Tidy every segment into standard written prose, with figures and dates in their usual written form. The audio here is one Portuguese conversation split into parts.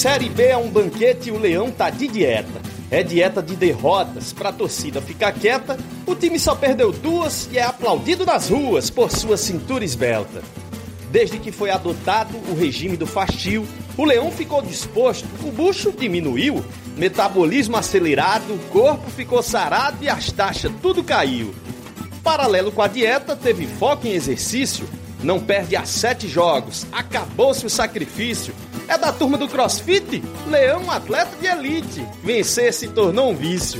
Série B é um banquete e o Leão tá de dieta. É dieta de derrotas, pra torcida ficar quieta. O time só perdeu 2 e é aplaudido nas ruas por sua cintura esbelta. Desde que foi adotado o regime do fastio, o Leão ficou disposto, o bucho diminuiu, metabolismo acelerado, o corpo ficou sarado e as taxas tudo caiu. Paralelo com a dieta, teve foco em exercício, não perde a 7 jogos, acabou-se o sacrifício. É da turma do CrossFit? Leão, atleta de elite, vencer se tornou um vício.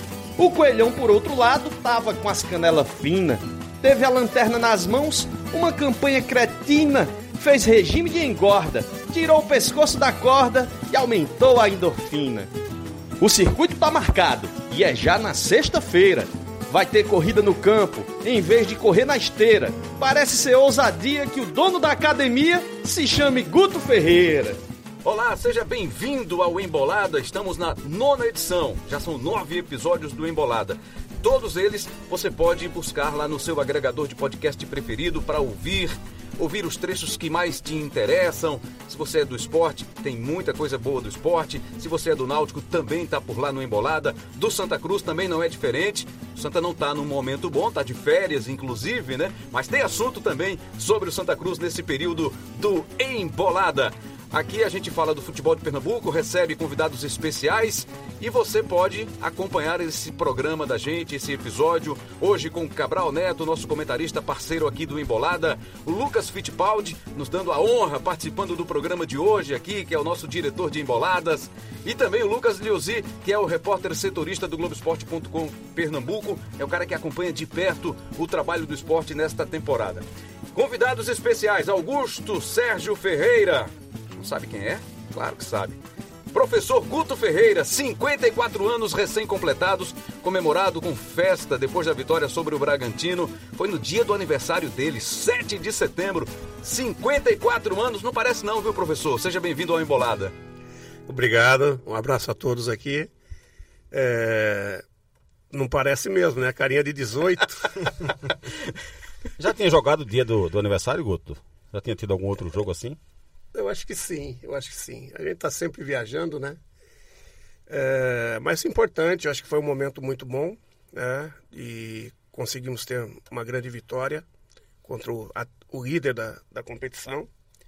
O Coelhão, por outro lado, tava com as canelas finas, teve a lanterna nas mãos, uma campanha cretina, fez regime de engorda, tirou o pescoço da corda e aumentou a endorfina. O circuito tá marcado e é já na sexta-feira. Vai ter corrida no campo, em vez de correr na esteira. Parece ser ousadia que o dono da academia se chame Guto Ferreira. Olá, seja bem-vindo ao Embolada. Estamos na 9ª edição. Já são 9 episódios do Embolada. Todos eles você pode buscar lá no seu agregador de podcast preferido para ouvir os trechos que mais te interessam. Se você é do esporte, tem muita coisa boa do esporte. Se você é do Náutico, também está por lá no Embolada. Do Santa Cruz também não é diferente. O Santa não está num momento bom, está de férias inclusive, né? Mas tem assunto também sobre o Santa Cruz nesse período do Embolada. Aqui a gente fala do futebol de Pernambuco, recebe convidados especiais e você pode acompanhar esse programa da gente, esse episódio, hoje com o Cabral Neto, nosso comentarista parceiro aqui do Embolada, o Lucas Fittipaldi, nos dando a honra, participando do programa de hoje aqui, que é o nosso diretor de Emboladas, e também o Lucas Liozzi, que é o repórter setorista do Globoesporte.com Pernambuco, é o cara que acompanha de perto o trabalho do esporte nesta temporada. Convidados especiais, Augusto Sérgio Ferreira. Sabe quem é? Claro que sabe. Professor Guto Ferreira, 54 anos recém-completados, comemorado com festa depois da vitória sobre o Bragantino. Foi no dia do aniversário dele, 7 de setembro. 54 anos, não parece não, viu, professor? Seja bem-vindo ao Embolada. Obrigado, um abraço a todos aqui. Não parece mesmo, né? Carinha de 18. Já tinha jogado o dia do aniversário, Guto? Já tinha tido algum outro jogo assim? Eu acho que sim. A gente está sempre viajando, né? Mas é importante, eu acho que foi um momento muito bom, né? E conseguimos ter uma grande vitória contra o líder da competição.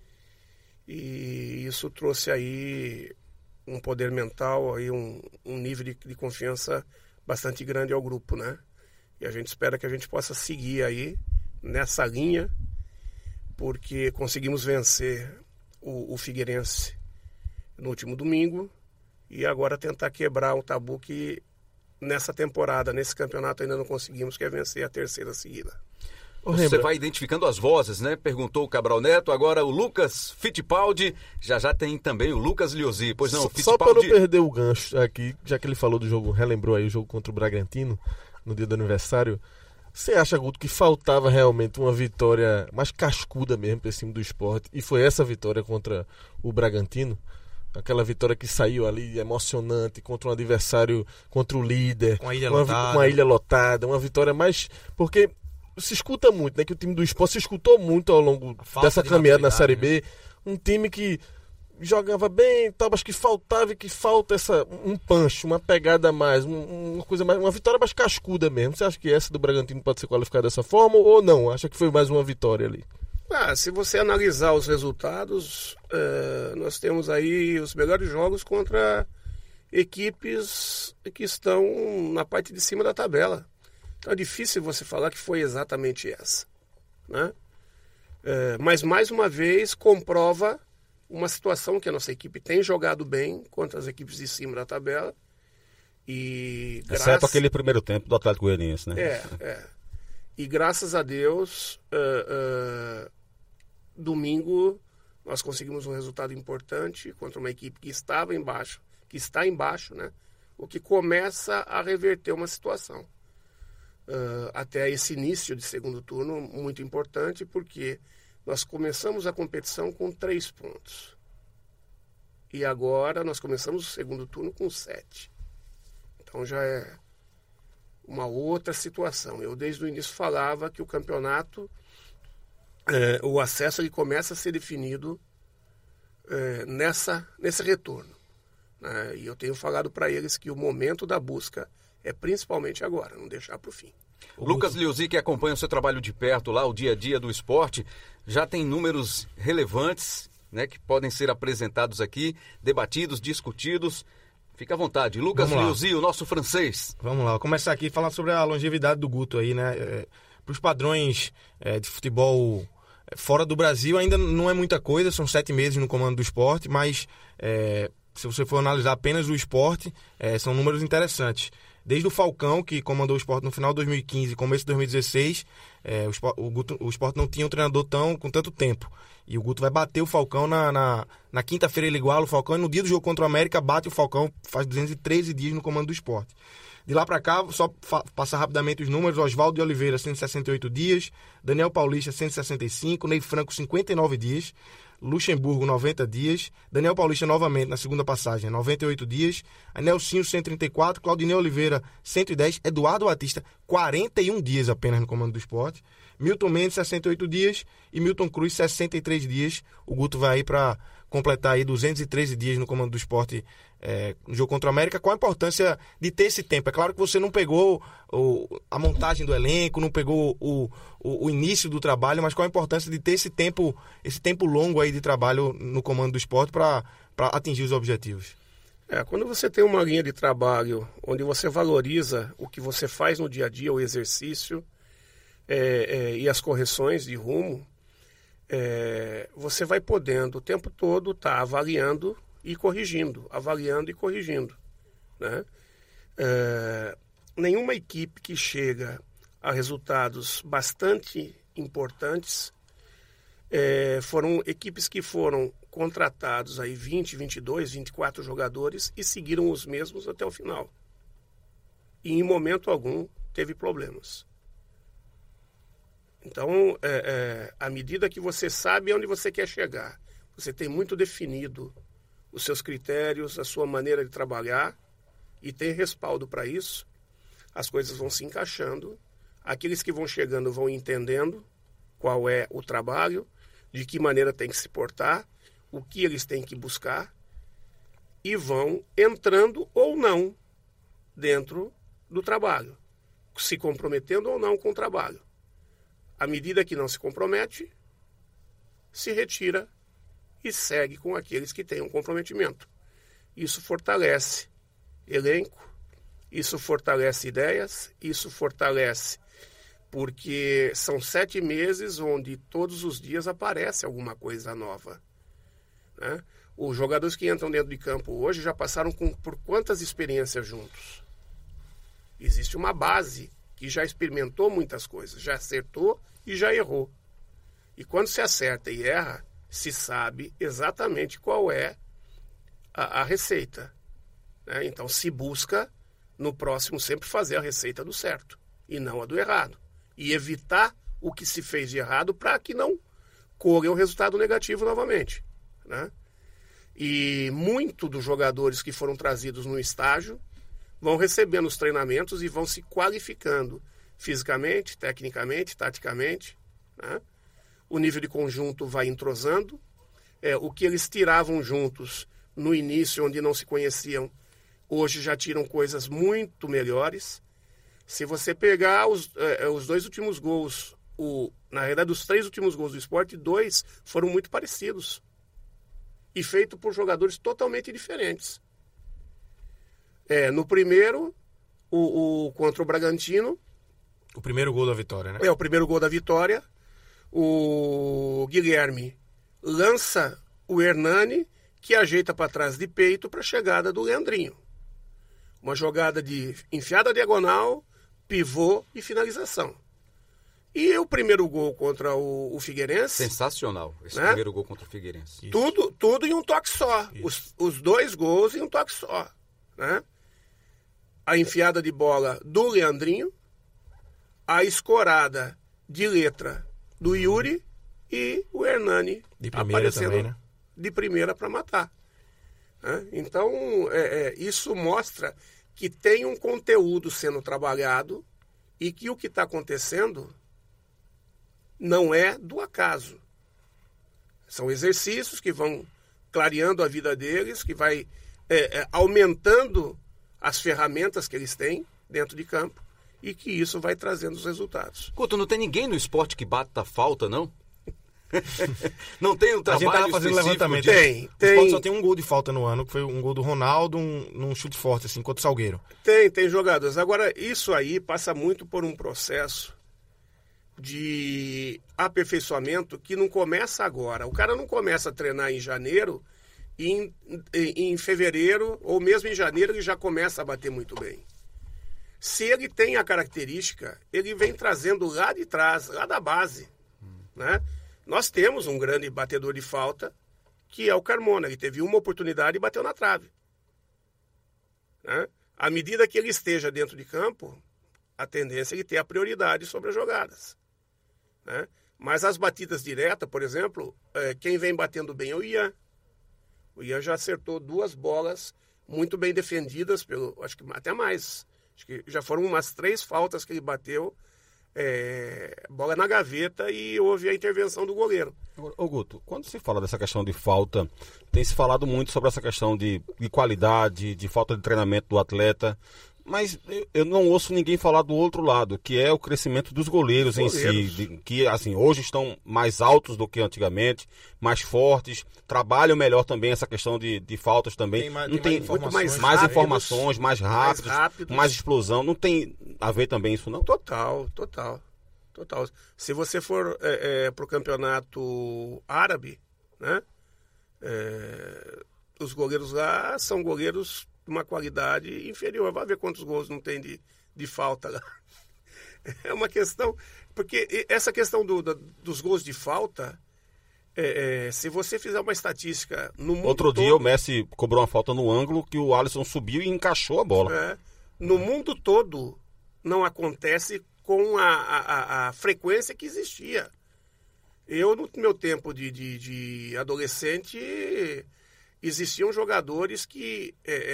E isso trouxe aí um poder mental, aí um nível de confiança bastante grande ao grupo, né? E a gente espera que a gente possa seguir aí nessa linha, porque conseguimos vencer o Figueirense no último domingo e agora tentar quebrar um tabu que nessa temporada, nesse campeonato ainda não conseguimos, que é vencer a 3ª seguida. Você vai identificando as vozes, né? Perguntou o Cabral Neto, agora o Lucas Fittipaldi, já tem também o Lucas Liozzi. Pois não, Fittipaldi... Só para não perder o gancho aqui, já que ele falou do jogo, relembrou aí o jogo contra o Bragantino, no dia do aniversário. Você acha, Guto, que faltava realmente uma vitória mais cascuda mesmo para esse time do esporte? E foi essa vitória contra o Bragantino? Aquela vitória que saiu ali emocionante contra um adversário, contra o líder. Com a ilha lotada. Uma vitória mais... Porque se escuta muito, né? Que o time do esporte se escutou muito ao longo dessa caminhada na Série B. Um time que jogava bem, tal, mas que faltava e que falta um punch, uma pegada a mais, uma coisa mais, uma vitória mais cascuda mesmo. Você acha que essa do Bragantino pode ser qualificada dessa forma ou não? Acha que foi mais uma vitória ali? Se você analisar os resultados, nós temos aí os melhores jogos contra equipes que estão na parte de cima da tabela. Então é difícil você falar que foi exatamente essa, né? Mas mais uma vez comprova uma situação que a nossa equipe tem jogado bem contra as equipes de cima da tabela. Exceto aquele primeiro tempo do Atlético Goianiense, né? E graças a Deus, domingo nós conseguimos um resultado importante contra uma equipe que está embaixo, né? O que começa a reverter uma situação. Até esse início de segundo turno muito importante, porque nós começamos a competição com 3 pontos. E agora nós começamos o segundo turno com 7. Então já é uma outra situação. Eu desde o início falava que o campeonato, o acesso ele começa a ser definido nesse retorno. Né? E eu tenho falado para eles que o momento da busca é principalmente agora, não deixar para o fim. Lucas Liuzzi, que acompanha o seu trabalho de perto lá, o dia a dia do esporte, já tem números relevantes, né, que podem ser apresentados aqui, debatidos, discutidos. Fica à vontade. Lucas Liuzzi, o nosso francês. Vamos lá, vou começar aqui a falar sobre a longevidade do Guto aí, né? Para os padrões de futebol fora do Brasil ainda não é muita coisa, são 7 meses no comando do esporte, mas se você for analisar apenas o esporte, são números interessantes. Desde o Falcão, que comandou o esporte no final de 2015 e começo de 2016, o esporte não tinha um treinador com tanto tempo. E o Guto vai bater o Falcão na quinta-feira, ele iguala o Falcão, e no dia do jogo contra o América bate o Falcão, faz 213 dias no comando do esporte. De lá para cá, só passar rapidamente os números: Oswaldo de Oliveira, 168 dias, Daniel Paulista, 165, Ney Franco, 59 dias, Luxemburgo, 90 dias, Daniel Paulista novamente na segunda passagem, 98 dias, Nelsinho, 134, Claudinei Oliveira, 110, Eduardo Batista, 41 dias apenas no comando do esporte, Milton Mendes, 68 dias e Milton Cruz, 63 dias. O Guto vai aí para completar aí 213 dias no comando do esporte no jogo contra o América. Qual a importância de ter esse tempo? É claro que você não pegou a montagem do elenco, não pegou o início do trabalho, mas qual a importância de ter esse tempo longo aí de trabalho no comando do esporte para atingir os objetivos? Quando você tem uma linha de trabalho onde você valoriza o que você faz no dia a dia, o exercício e as correções de rumo, você vai podendo o tempo todo estar avaliando e corrigindo, né? Nenhuma equipe que chega a resultados bastante importantes foram equipes que foram contratados aí 20, 22, 24 jogadores e seguiram os mesmos até o final. E em momento algum teve problemas. Então, à medida que você sabe onde você quer chegar, você tem muito definido os seus critérios, a sua maneira de trabalhar e tem respaldo para isso, as coisas vão se encaixando, aqueles que vão chegando vão entendendo qual é o trabalho, de que maneira tem que se portar, o que eles têm que buscar e vão entrando ou não dentro do trabalho, se comprometendo ou não com o trabalho. À medida que não se compromete, se retira e segue com aqueles que têm um comprometimento. Isso fortalece elenco, isso fortalece ideias, isso fortalece porque são 7 meses onde todos os dias aparece alguma coisa nova, né? Os jogadores que entram dentro de campo hoje já passaram por quantas experiências juntos? Existe uma base que já experimentou muitas coisas, já acertou e já errou. E quando se acerta e erra, se sabe exatamente qual é a receita, né? Então se busca no próximo sempre fazer a receita do certo e não a do errado. E evitar o que se fez de errado para que não corra o resultado negativo novamente, né? E muito dos jogadores que foram trazidos no estágio vão recebendo os treinamentos e vão se qualificando fisicamente, tecnicamente, taticamente, né? O nível de conjunto vai entrosando. O que eles tiravam juntos no início, onde não se conheciam, hoje já tiram coisas muito melhores. Se você pegar os 2 últimos gols, na realidade, os 3 últimos gols do Sport, 2 foram muito parecidos e feitos por jogadores totalmente diferentes. No primeiro, contra o Bragantino, o primeiro gol da vitória, né? O primeiro gol da vitória. O Guilherme lança o Hernani, que ajeita para trás de peito para a chegada do Leandrinho. Uma jogada de enfiada diagonal, pivô e finalização. E o primeiro gol contra o Figueirense... Sensacional, esse, né? Primeiro gol contra o Figueirense. Tudo em um toque só. Os 2 gols em um toque só, né? A enfiada de bola do Leandrinho, a escorada de letra do Yuri e o Hernani de primeira também, né? De primeira para matar, né? Então, isso mostra que tem um conteúdo sendo trabalhado e que o que está acontecendo não é do acaso. São exercícios que vão clareando a vida deles, que vai aumentando as ferramentas que eles têm dentro de campo e que isso vai trazendo os resultados. Couto, não tem ninguém no esporte que bata falta, não? Não tem um trabalho A gente tava fazendo levantamento. Tem. O Sport só tem um gol de falta no ano, que foi um gol do Ronaldo, num chute forte, assim, contra o Salgueiro. Tem jogadores. Agora, isso aí passa muito por um processo de aperfeiçoamento que não começa agora. O cara não começa a treinar em janeiro e em fevereiro, ou mesmo em janeiro, ele já começa a bater muito bem. Se ele tem a característica, ele vem trazendo lá de trás, lá da base, né? Nós temos um grande batedor de falta, que é o Carmona. Ele teve uma oportunidade e bateu na trave, né? À medida que ele esteja dentro de campo, a tendência é ele ter a prioridade sobre as jogadas, né? Mas as batidas diretas, por exemplo, quem vem batendo bem é o Ian. O Ian já acertou 2 bolas muito bem defendidas, acho que até mais. Acho que já foram umas 3 faltas que ele bateu, bola na gaveta, e houve a intervenção do goleiro. Ô Guto, quando se fala dessa questão de falta, tem se falado muito sobre essa questão de qualidade, de falta de treinamento do atleta, mas eu não ouço ninguém falar do outro lado, que é o crescimento dos goleiros em si, que assim, hoje estão mais altos do que antigamente, mais fortes, trabalham melhor também essa questão de faltas também. Tem mais informações, mais rápidos, mais explosão. Não tem a ver também isso, não? Total. Se você for para o campeonato árabe, né, os goleiros lá são goleiros de uma qualidade inferior. Vai ver quantos gols não tem de falta lá. É uma questão... Porque essa questão dos gols de falta, se você fizer uma estatística no mundo Outro dia o Messi cobrou uma falta no ângulo que o Alisson subiu e encaixou a bola. No mundo todo não acontece com a frequência que existia. Eu, no meu tempo de adolescente, existiam jogadores que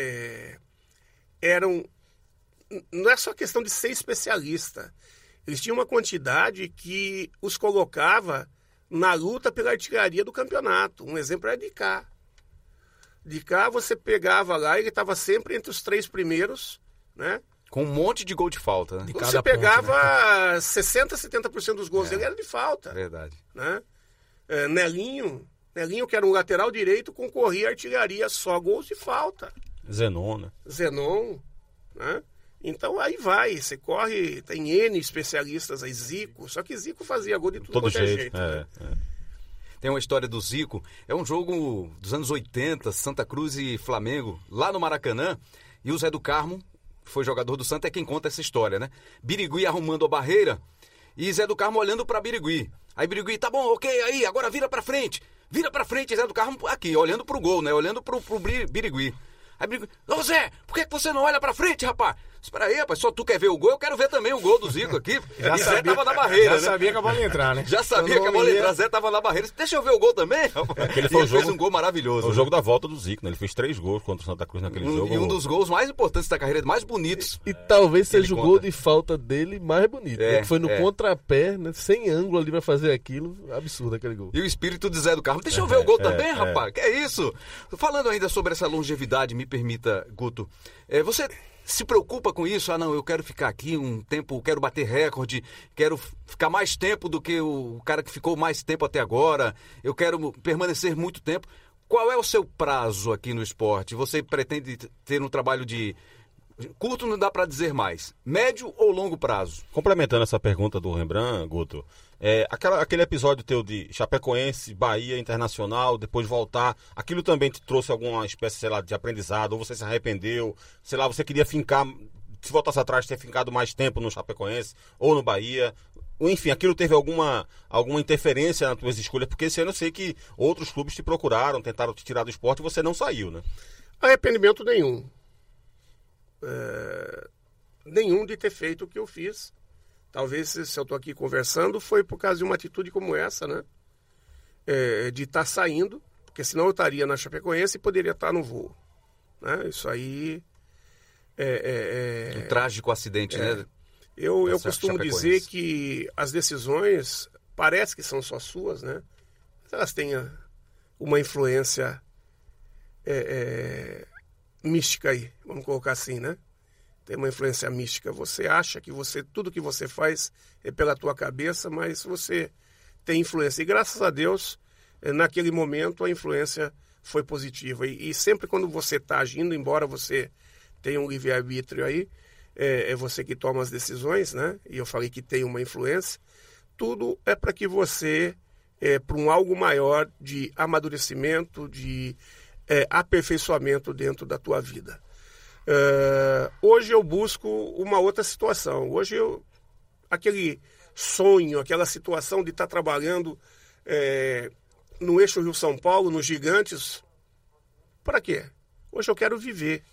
eram... Não é só questão de ser especialista. Eles tinham uma quantidade que os colocava na luta pela artilharia do campeonato. Um exemplo é Dicá. Dicá, você pegava lá, ele estava sempre entre os 3 primeiros, né? Com um monte de gol de falta, né? Você pegava 60%, 70% dos gols dele era de falta. Verdade. Né? Nelinho, que era um lateral direito, concorria à artilharia, só gols de falta. Zenon, né? Então aí vai, você corre, tem N especialistas aí, Zico, só que Zico fazia gol de tudo quanto é jeito. Né? Tem uma história do Zico, é um jogo dos anos 80, Santa Cruz e Flamengo, lá no Maracanã, e o Zé do Carmo, que foi jogador do Santa, é quem conta essa história, né? Birigui arrumando a barreira e Zé do Carmo olhando pra Birigui. Aí Birigui, tá bom, ok, aí, agora vira pra frente, Zé do Carmo aqui, olhando pro gol, né? Olhando pro Birigui. Aí Birigui, ô Zé, por que você não olha pra frente, rapaz? Espera aí, rapaz, só tu quer ver o gol, eu quero ver também o gol do Zico aqui. Já Zé tava na barreira, já sabia que a bola ia entrar, né? Já sabia que a bola ia entrar, Zé tava na barreira. Deixa eu ver o gol também, rapaz. Ele fez um gol maravilhoso. O jogo da volta do Zico, né? Ele fez 3 gols contra o Santa Cruz naquele jogo. E um dos gols mais importantes da carreira, mais bonitos. E talvez seja o gol de falta dele mais bonito. Né? Que foi no contrapé, né? Sem ângulo ali pra fazer aquilo. Absurdo aquele gol. E o espírito de Zé do Carmo. Deixa eu ver o gol também, rapaz. Que é isso? Falando ainda sobre essa longevidade, me permita, Guto. Você se preocupa com isso? Não, eu quero ficar aqui um tempo, quero bater recorde, quero ficar mais tempo do que o cara que ficou mais tempo até agora, eu quero permanecer muito tempo. Qual é o seu prazo aqui no esporte? Você pretende ter um trabalho de... Curto não dá para dizer mais. Médio ou longo prazo? Complementando essa pergunta do Rembrandt, Guto, aquele episódio teu de Chapecoense, Bahia, Internacional, depois voltar, aquilo também te trouxe alguma espécie, sei lá, de aprendizado, ou você se arrependeu, sei lá, você queria fincar, se voltasse atrás, ter fincado mais tempo no Chapecoense ou no Bahia, enfim, aquilo teve alguma interferência nas tuas escolhas, porque esse ano eu sei que outros clubes te procuraram, tentaram te tirar do esporte e você não saiu, né? Arrependimento nenhum. Nenhum de ter feito o que eu fiz. Talvez, se eu estou aqui conversando, foi por causa de uma atitude como essa, né? De estar saindo, porque senão eu estaria na Chapecoense e poderia estar no voo. Né? Isso aí... Um trágico acidente, né? Eu costumo dizer que as decisões parece que são só suas, né? Mas elas têm uma influência mística aí, vamos colocar assim, né? Tem uma influência mística. Você acha que tudo que você faz é pela tua cabeça, mas você tem influência. E graças a Deus, naquele momento, a influência foi positiva. E sempre quando você está agindo, embora você tenha um livre-arbítrio aí, é você que toma as decisões, né? E eu falei que tem uma influência. Tudo é para que você, para um algo maior de amadurecimento, de aperfeiçoamento dentro da tua vida. Hoje eu busco uma outra situação. Hoje aquele sonho, aquela situação de estar trabalhando no eixo Rio-São Paulo, nos Gigantes, para quê? Hoje eu quero viver.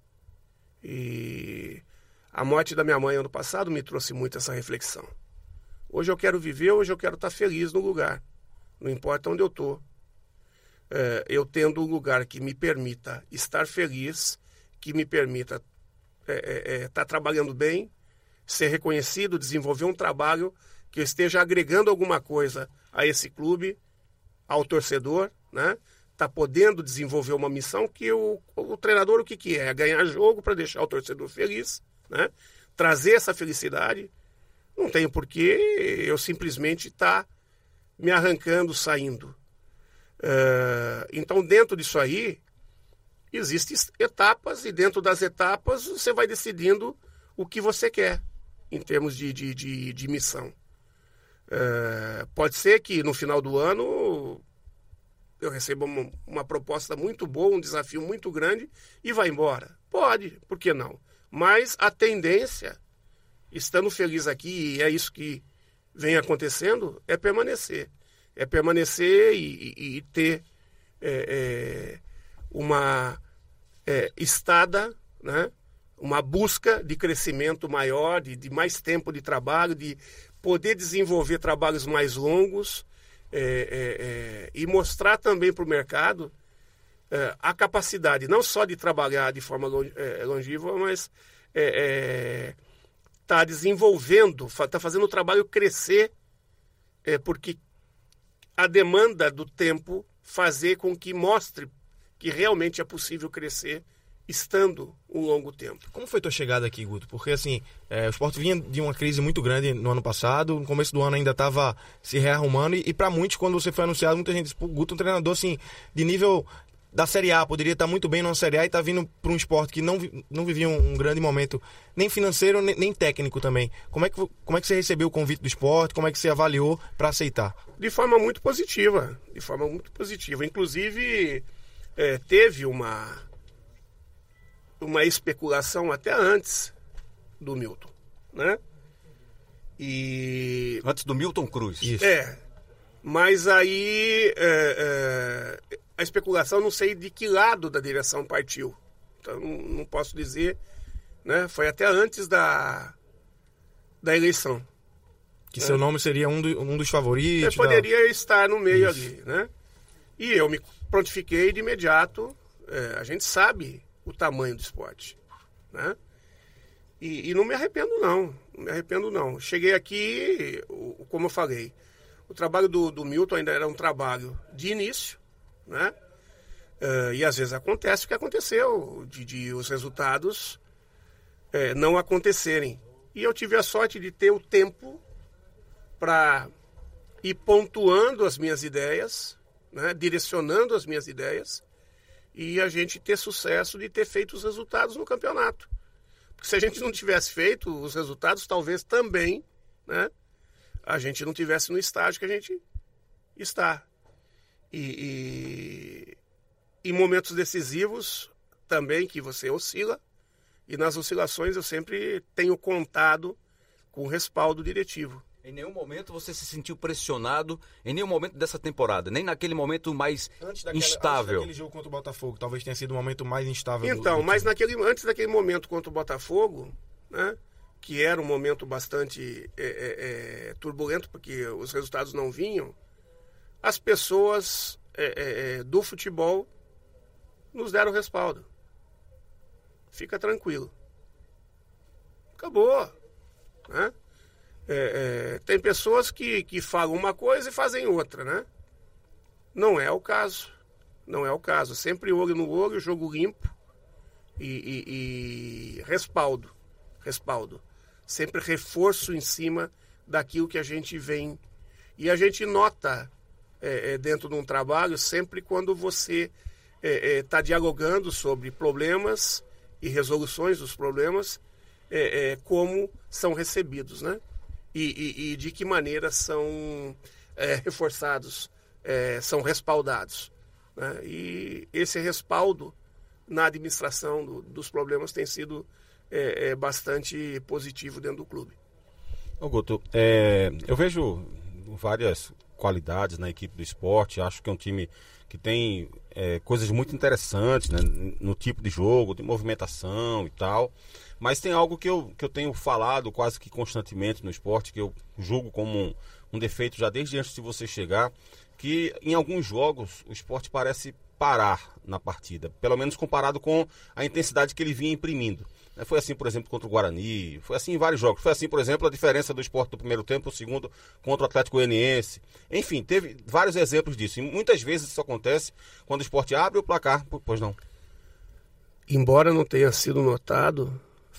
E a morte da minha mãe ano passado me trouxe muito essa reflexão. Hoje eu quero viver, hoje eu quero estar feliz no lugar. Não importa onde eu estou. Eu tendo um lugar que me permita estar feliz, que me permita estar trabalhando bem, ser reconhecido, desenvolver um trabalho que eu esteja agregando alguma coisa a esse clube, ao torcedor, né? Tá podendo desenvolver uma missão que o treinador o que é? Ganhar jogo para deixar o torcedor feliz, né? Trazer essa felicidade. Não tem porquê eu simplesmente estar me arrancando, saindo. Então, dentro disso aí, existem etapas e dentro das etapas você vai decidindo o que você quer em termos de missão. Pode ser que no final do ano eu receba uma proposta muito boa, um desafio muito grande e vá embora. Pode, por que não? Mas a tendência, estando feliz aqui, e é isso que vem acontecendo, é permanecer. É permanecer e ter uma estada, né? Uma busca de crescimento maior, de mais tempo de trabalho, de poder desenvolver trabalhos mais longos e mostrar também para o mercado a capacidade não só de trabalhar de forma longínqua, mas tá desenvolvendo, tá fazendo o trabalho crescer, porque a demanda do tempo fazer com que mostre que realmente é possível crescer estando um longo tempo. Como foi tua chegada aqui, Guto? Porque assim, o Sport vinha de uma crise muito grande no ano passado, no começo do ano ainda estava se rearrumando e para muitos, quando você foi anunciado, muita gente disse, pô, Guto é um treinador assim, de nível da Série A, poderia estar muito bem na Série A e está vindo para um Sport que não vivia um grande momento, nem financeiro, nem técnico também. Como é que você recebeu o convite do Sport? Como é que você avaliou para aceitar? De forma muito positiva. Inclusive, teve uma especulação até antes do Milton, né? Antes do Milton Cruz. Isso. Mas aí a especulação não sei de que lado da direção partiu. Então não posso dizer, né? Foi até antes da eleição. Que seu nome seria um dos favoritos. Eu poderia estar no meio ali, né? E eu me prontifiquei de imediato. A gente sabe o tamanho do esporte, né? E não me arrependo não. Cheguei aqui, como eu falei, o trabalho do Milton ainda era um trabalho de início, né? E às vezes acontece o que aconteceu, de os resultados não acontecerem. E eu tive a sorte de ter o tempo para ir pontuando as minhas ideias, né? Direcionando as minhas ideias, e a gente ter sucesso de ter feito os resultados no campeonato. Porque se a gente não tivesse feito os resultados, talvez também, né, a gente não tivesse no estágio que a gente está. E em momentos decisivos também que você oscila, e nas oscilações eu sempre tenho contado com o respaldo diretivo. Em nenhum momento você se sentiu pressionado, em nenhum momento dessa temporada, nem naquele momento mais instável. Antes daquele jogo contra o Botafogo, talvez tenha sido o momento mais instável. Então, mas antes daquele momento contra o Botafogo, né, que era um momento bastante turbulento, porque os resultados não vinham, as pessoas do futebol nos deram respaldo. Fica tranquilo. Acabou, né? Tem pessoas que falam uma coisa e fazem outra, né? Não é o caso, Não é o caso. Sempre olho no olho, jogo limpo e respaldo. Sempre reforço em cima daquilo que a gente vem. E a gente nota dentro de um trabalho sempre quando você está dialogando sobre problemas e resoluções dos problemas, como são recebidos, né? E de que maneira são reforçados, são respaldados, né? E esse respaldo na administração dos problemas tem sido bastante positivo dentro do clube. Ô Guto, eu vejo várias qualidades na equipe do Sport, acho que é um time que tem coisas muito interessantes, né, no tipo de jogo, de movimentação e tal, mas tem algo que eu tenho falado quase que constantemente no Sport, que eu julgo como um defeito já desde antes de você chegar, que em alguns jogos o Sport parece parar na partida, pelo menos comparado com a intensidade que ele vinha imprimindo. Foi assim, por exemplo, contra o Guarani, foi assim em vários jogos. Foi assim, por exemplo, a diferença do Sport do primeiro tempo, o segundo contra o Atlético Goianiense. Enfim, teve vários exemplos disso. E muitas vezes isso acontece quando o Sport abre o placar. Pois não. Embora não tenha sido notado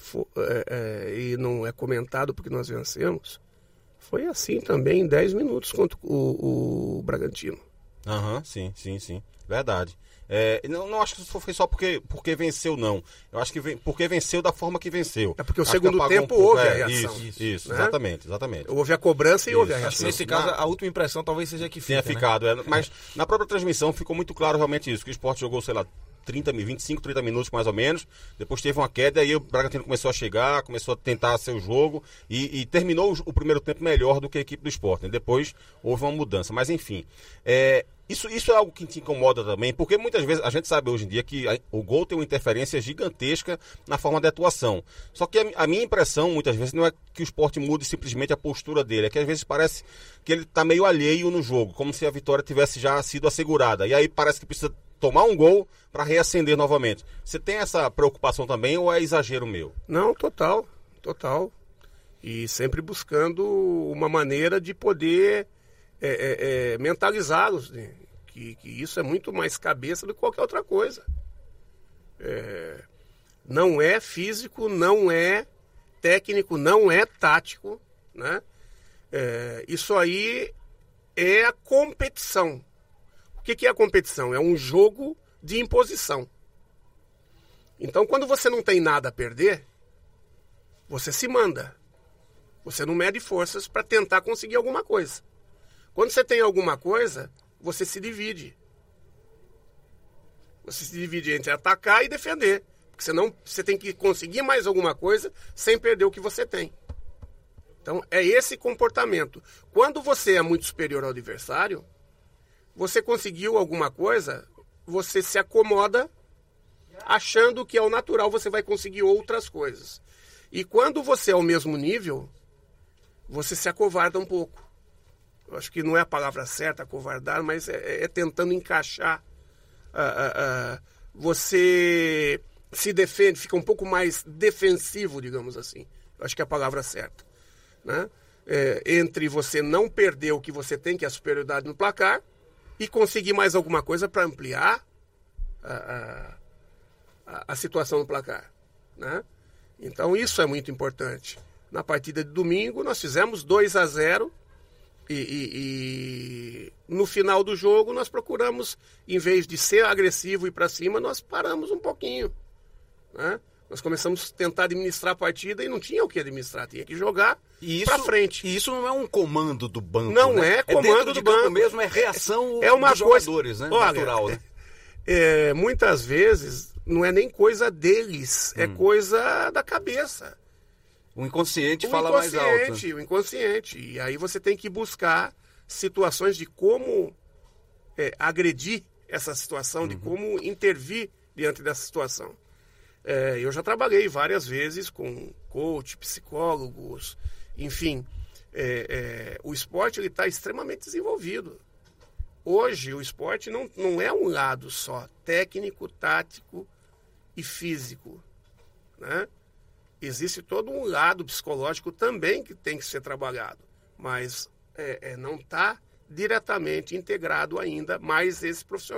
e não é comentado porque nós vencemos, foi assim também em 10 minutos contra o Bragantino. Sim. Verdade. Não acho que isso foi só porque venceu, não. Eu acho que porque venceu da forma que venceu. É porque o segundo tempo houve a reação. Isso, né? Exatamente. Houve a cobrança e houve a reação. Acho que nesse caso, a última impressão talvez seja que tenha ficado. Mas na própria transmissão ficou muito claro realmente isso, que o Sport jogou, sei lá, 25, 30 minutos mais ou menos, depois teve uma queda e aí o Bragantino começou a chegar, começou a tentar seu jogo e terminou o primeiro tempo melhor do que a equipe do Sport, né? Depois houve uma mudança, mas enfim, isso é algo que te incomoda também, porque muitas vezes a gente sabe hoje em dia que o gol tem uma interferência gigantesca na forma de atuação, só que a minha impressão muitas vezes não é que o Sport mude simplesmente a postura dele, é que às vezes parece que ele está meio alheio no jogo, como se a vitória tivesse já sido assegurada, e aí parece que precisa tomar um gol para reacender novamente. Você tem essa preocupação também ou é exagero meu? Não, total. E sempre buscando uma maneira de poder mentalizá-los, né? Que isso é muito mais cabeça do que qualquer outra coisa. Não é físico, não é técnico, não é tático, né? Isso aí é a competição. O que é a competição? É um jogo de imposição. Então, quando você não tem nada a perder, você se manda. Você não mede forças para tentar conseguir alguma coisa. Quando você tem alguma coisa, você se divide. Você se divide entre atacar e defender. Porque senão você tem que conseguir mais alguma coisa sem perder o que você tem. Então, é esse comportamento. Quando você é muito superior ao adversário, você conseguiu alguma coisa, você se acomoda achando que é o natural, você vai conseguir outras coisas. E quando você é ao mesmo nível, você se acovarda um pouco. Eu acho que não é a palavra certa, acovardar, mas é tentando encaixar. Você se defende, fica um pouco mais defensivo, digamos assim. Eu acho que é a palavra certa, né? Entre você não perder o que você tem, que é a superioridade no placar, e conseguir mais alguma coisa para ampliar a situação no placar, né? Então isso é muito importante. Na partida de domingo nós fizemos 2-0 e no final do jogo nós procuramos, em vez de ser agressivo e ir para cima, nós paramos um pouquinho, né? Nós começamos a tentar administrar a partida e não tinha o que administrar, tinha que jogar para frente. E isso não é um comando do banco, não, né? É comando do banco mesmo, é reação uma dos jogadores, né? Olha, natural, né? Muitas vezes não é nem coisa deles, é coisa da cabeça. O inconsciente fala mais alto. O inconsciente. E aí você tem que buscar situações de como agredir essa situação, de como intervir diante dessa situação. Eu já trabalhei várias vezes com coach, psicólogos, enfim. O esporte está extremamente desenvolvido. Hoje o esporte não é um lado só, técnico, tático e físico, né? Existe todo um lado psicológico também que tem que ser trabalhado, mas não está diretamente integrado ainda mais esse profissional,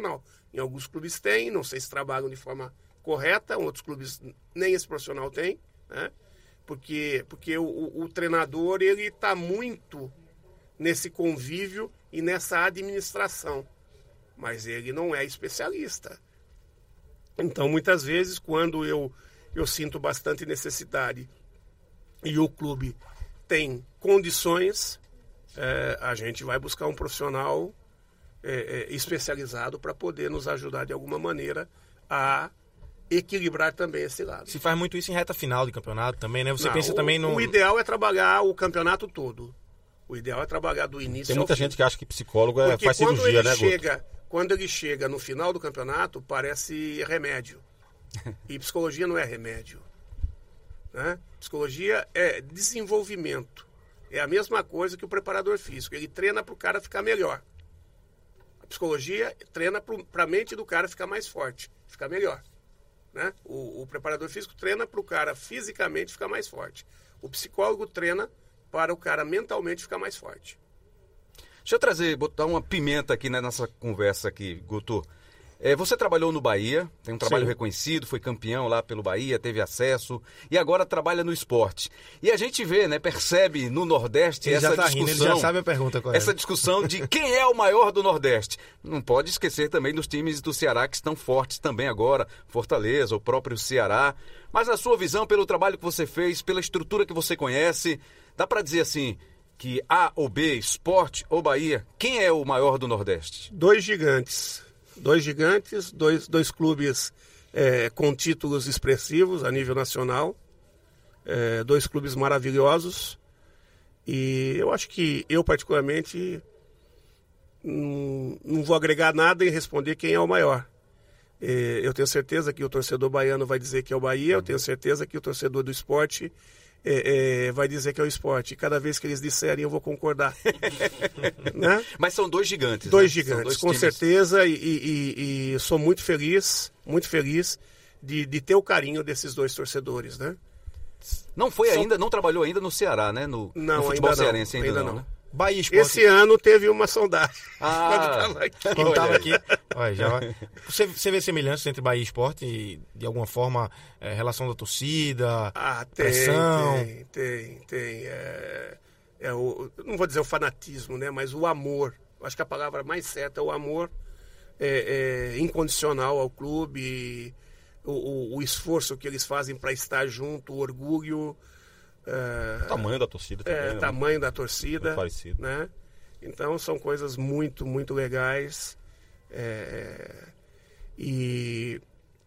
Em alguns clubes tem, não sei se trabalham de forma correta, em outros clubes nem esse profissional tem, né? Porque o treinador ele está muito nesse convívio e nessa administração, mas ele não é especialista. Então, muitas vezes, quando eu sinto bastante necessidade e o clube tem condições, a gente vai buscar um profissional especializado para poder nos ajudar de alguma maneira a equilibrar também esse lado. Se faz muito isso em reta final de campeonato também, né? Você Não, pensa também no... O ideal é trabalhar o campeonato todo. O ideal é trabalhar do início Tem muita ao fim. gente que acha que psicólogo Porque faz cirurgia, né, Guto? Quando ele chega no final do campeonato, parece remédio. E psicologia não é remédio. Né? Psicologia é desenvolvimento. É a mesma coisa que o preparador físico. Ele treina para o cara ficar melhor. A psicologia treina para a mente do cara ficar mais forte, ficar melhor. Né? O preparador físico treina para o cara fisicamente ficar mais forte. O psicólogo treina para o cara mentalmente ficar mais forte. Deixa eu botar uma pimenta aqui na nossa conversa aqui, Guto. Você trabalhou no Bahia, tem um trabalho reconhecido, foi campeão lá pelo Bahia, teve acesso e agora trabalha no esporte. E a gente vê, né, percebe no Nordeste essa discussão. Rindo, ele já sabe a pergunta qual é. Essa discussão de quem é o maior do Nordeste. Não pode esquecer também dos times do Ceará que estão fortes também agora, Fortaleza, o próprio Ceará. Mas na sua visão, pelo trabalho que você fez, pela estrutura que você conhece, dá para dizer assim que A ou B, Esporte ou Bahia, quem é o maior do Nordeste? Dois gigantes, dois clubes com títulos expressivos a nível nacional, dois clubes maravilhosos, e eu acho que eu particularmente não vou agregar nada em responder quem é o maior. Eu tenho certeza que o torcedor baiano vai dizer que é o Bahia, eu tenho certeza que o torcedor do Esporte vai dizer que é o Esporte. E cada vez que eles disserem, eu vou concordar. Né? Mas são dois gigantes. Dois né? gigantes, com certeza. E sou muito feliz de ter o carinho desses dois torcedores, né? Não trabalhou ainno no Ceará, né? No futebol cearense ainda não. Né? Bahia Esporte. Esse ano teve uma sondagem. Quando estava aqui. Olha, você vê semelhanças entre Bahia e Esporte e, de alguma forma, relação da torcida, pressão? Tem. Não vou dizer o fanatismo, né? Mas o amor. Acho que a palavra mais certa é o amor incondicional ao clube, o esforço que eles fazem para estar junto, o orgulho. O tamanho da torcida também. Né? Tamanho da torcida. Muito parecido. Né? Então são coisas muito, muito legais. E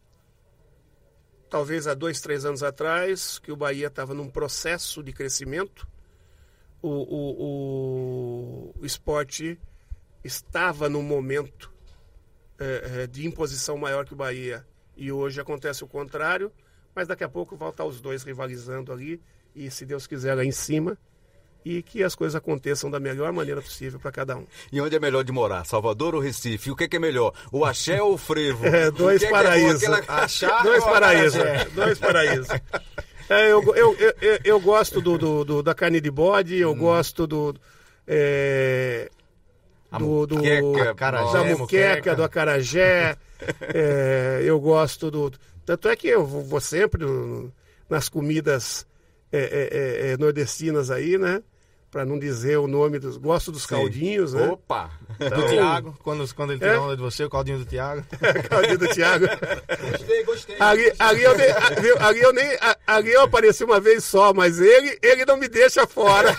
talvez há 2, 3 anos atrás, que o Bahia estava num processo de crescimento, o Esporte estava num momento de imposição maior que o Bahia. E hoje acontece o contrário, mas daqui a pouco vão estar os dois rivalizando ali. E, se Deus quiser, lá em cima, e que as coisas aconteçam da melhor maneira possível para cada um. E onde é melhor de morar? Salvador ou Recife? O que é melhor? O axé ou o frevo? Dois paraísos. Dois paraísos. Eu gosto da carne de bode, eu gosto da muqueca, do acarajé, eu gosto Tanto é que eu vou sempre nas comidas nordestinas aí, né? Para não dizer o nome gosto dos caldinhos, né? Opa! Então, do Thiago, quando ele tira onda de você, o caldinho do Thiago. Caldinho do Thiago. Gostei. Ali eu apareci uma vez só, mas ele não me deixa fora.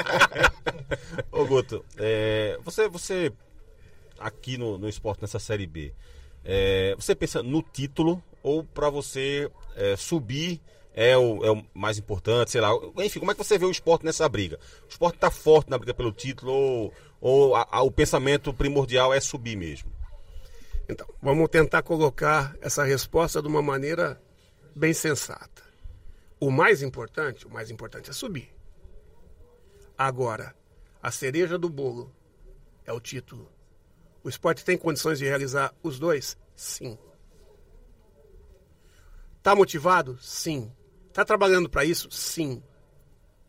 Ô Guto, você aqui no esporte, nessa Série B, você pensa no título ou para você subir é o mais importante, sei lá. Enfim, como é que você vê o esporte nessa briga? O esporte está forte na briga pelo título ou o pensamento primordial é subir mesmo? Então, vamos tentar colocar essa resposta de uma maneira bem sensata. O mais importante é subir. Agora, a cereja do bolo é o título. O esporte tem condições de realizar os dois? Sim. Está motivado? Sim. Está trabalhando para isso? Sim.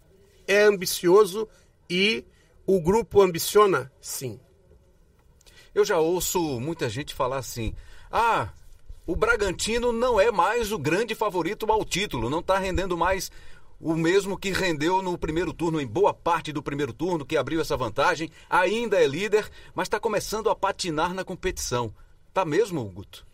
É ambicioso e o grupo ambiciona? Sim. Eu já ouço muita gente falar assim, o Bragantino não é mais o grande favorito ao título, não está rendendo mais o mesmo que rendeu no primeiro turno, em boa parte do primeiro turno, que abriu essa vantagem, ainda é líder, mas está começando a patinar na competição. Tá mesmo, Guto?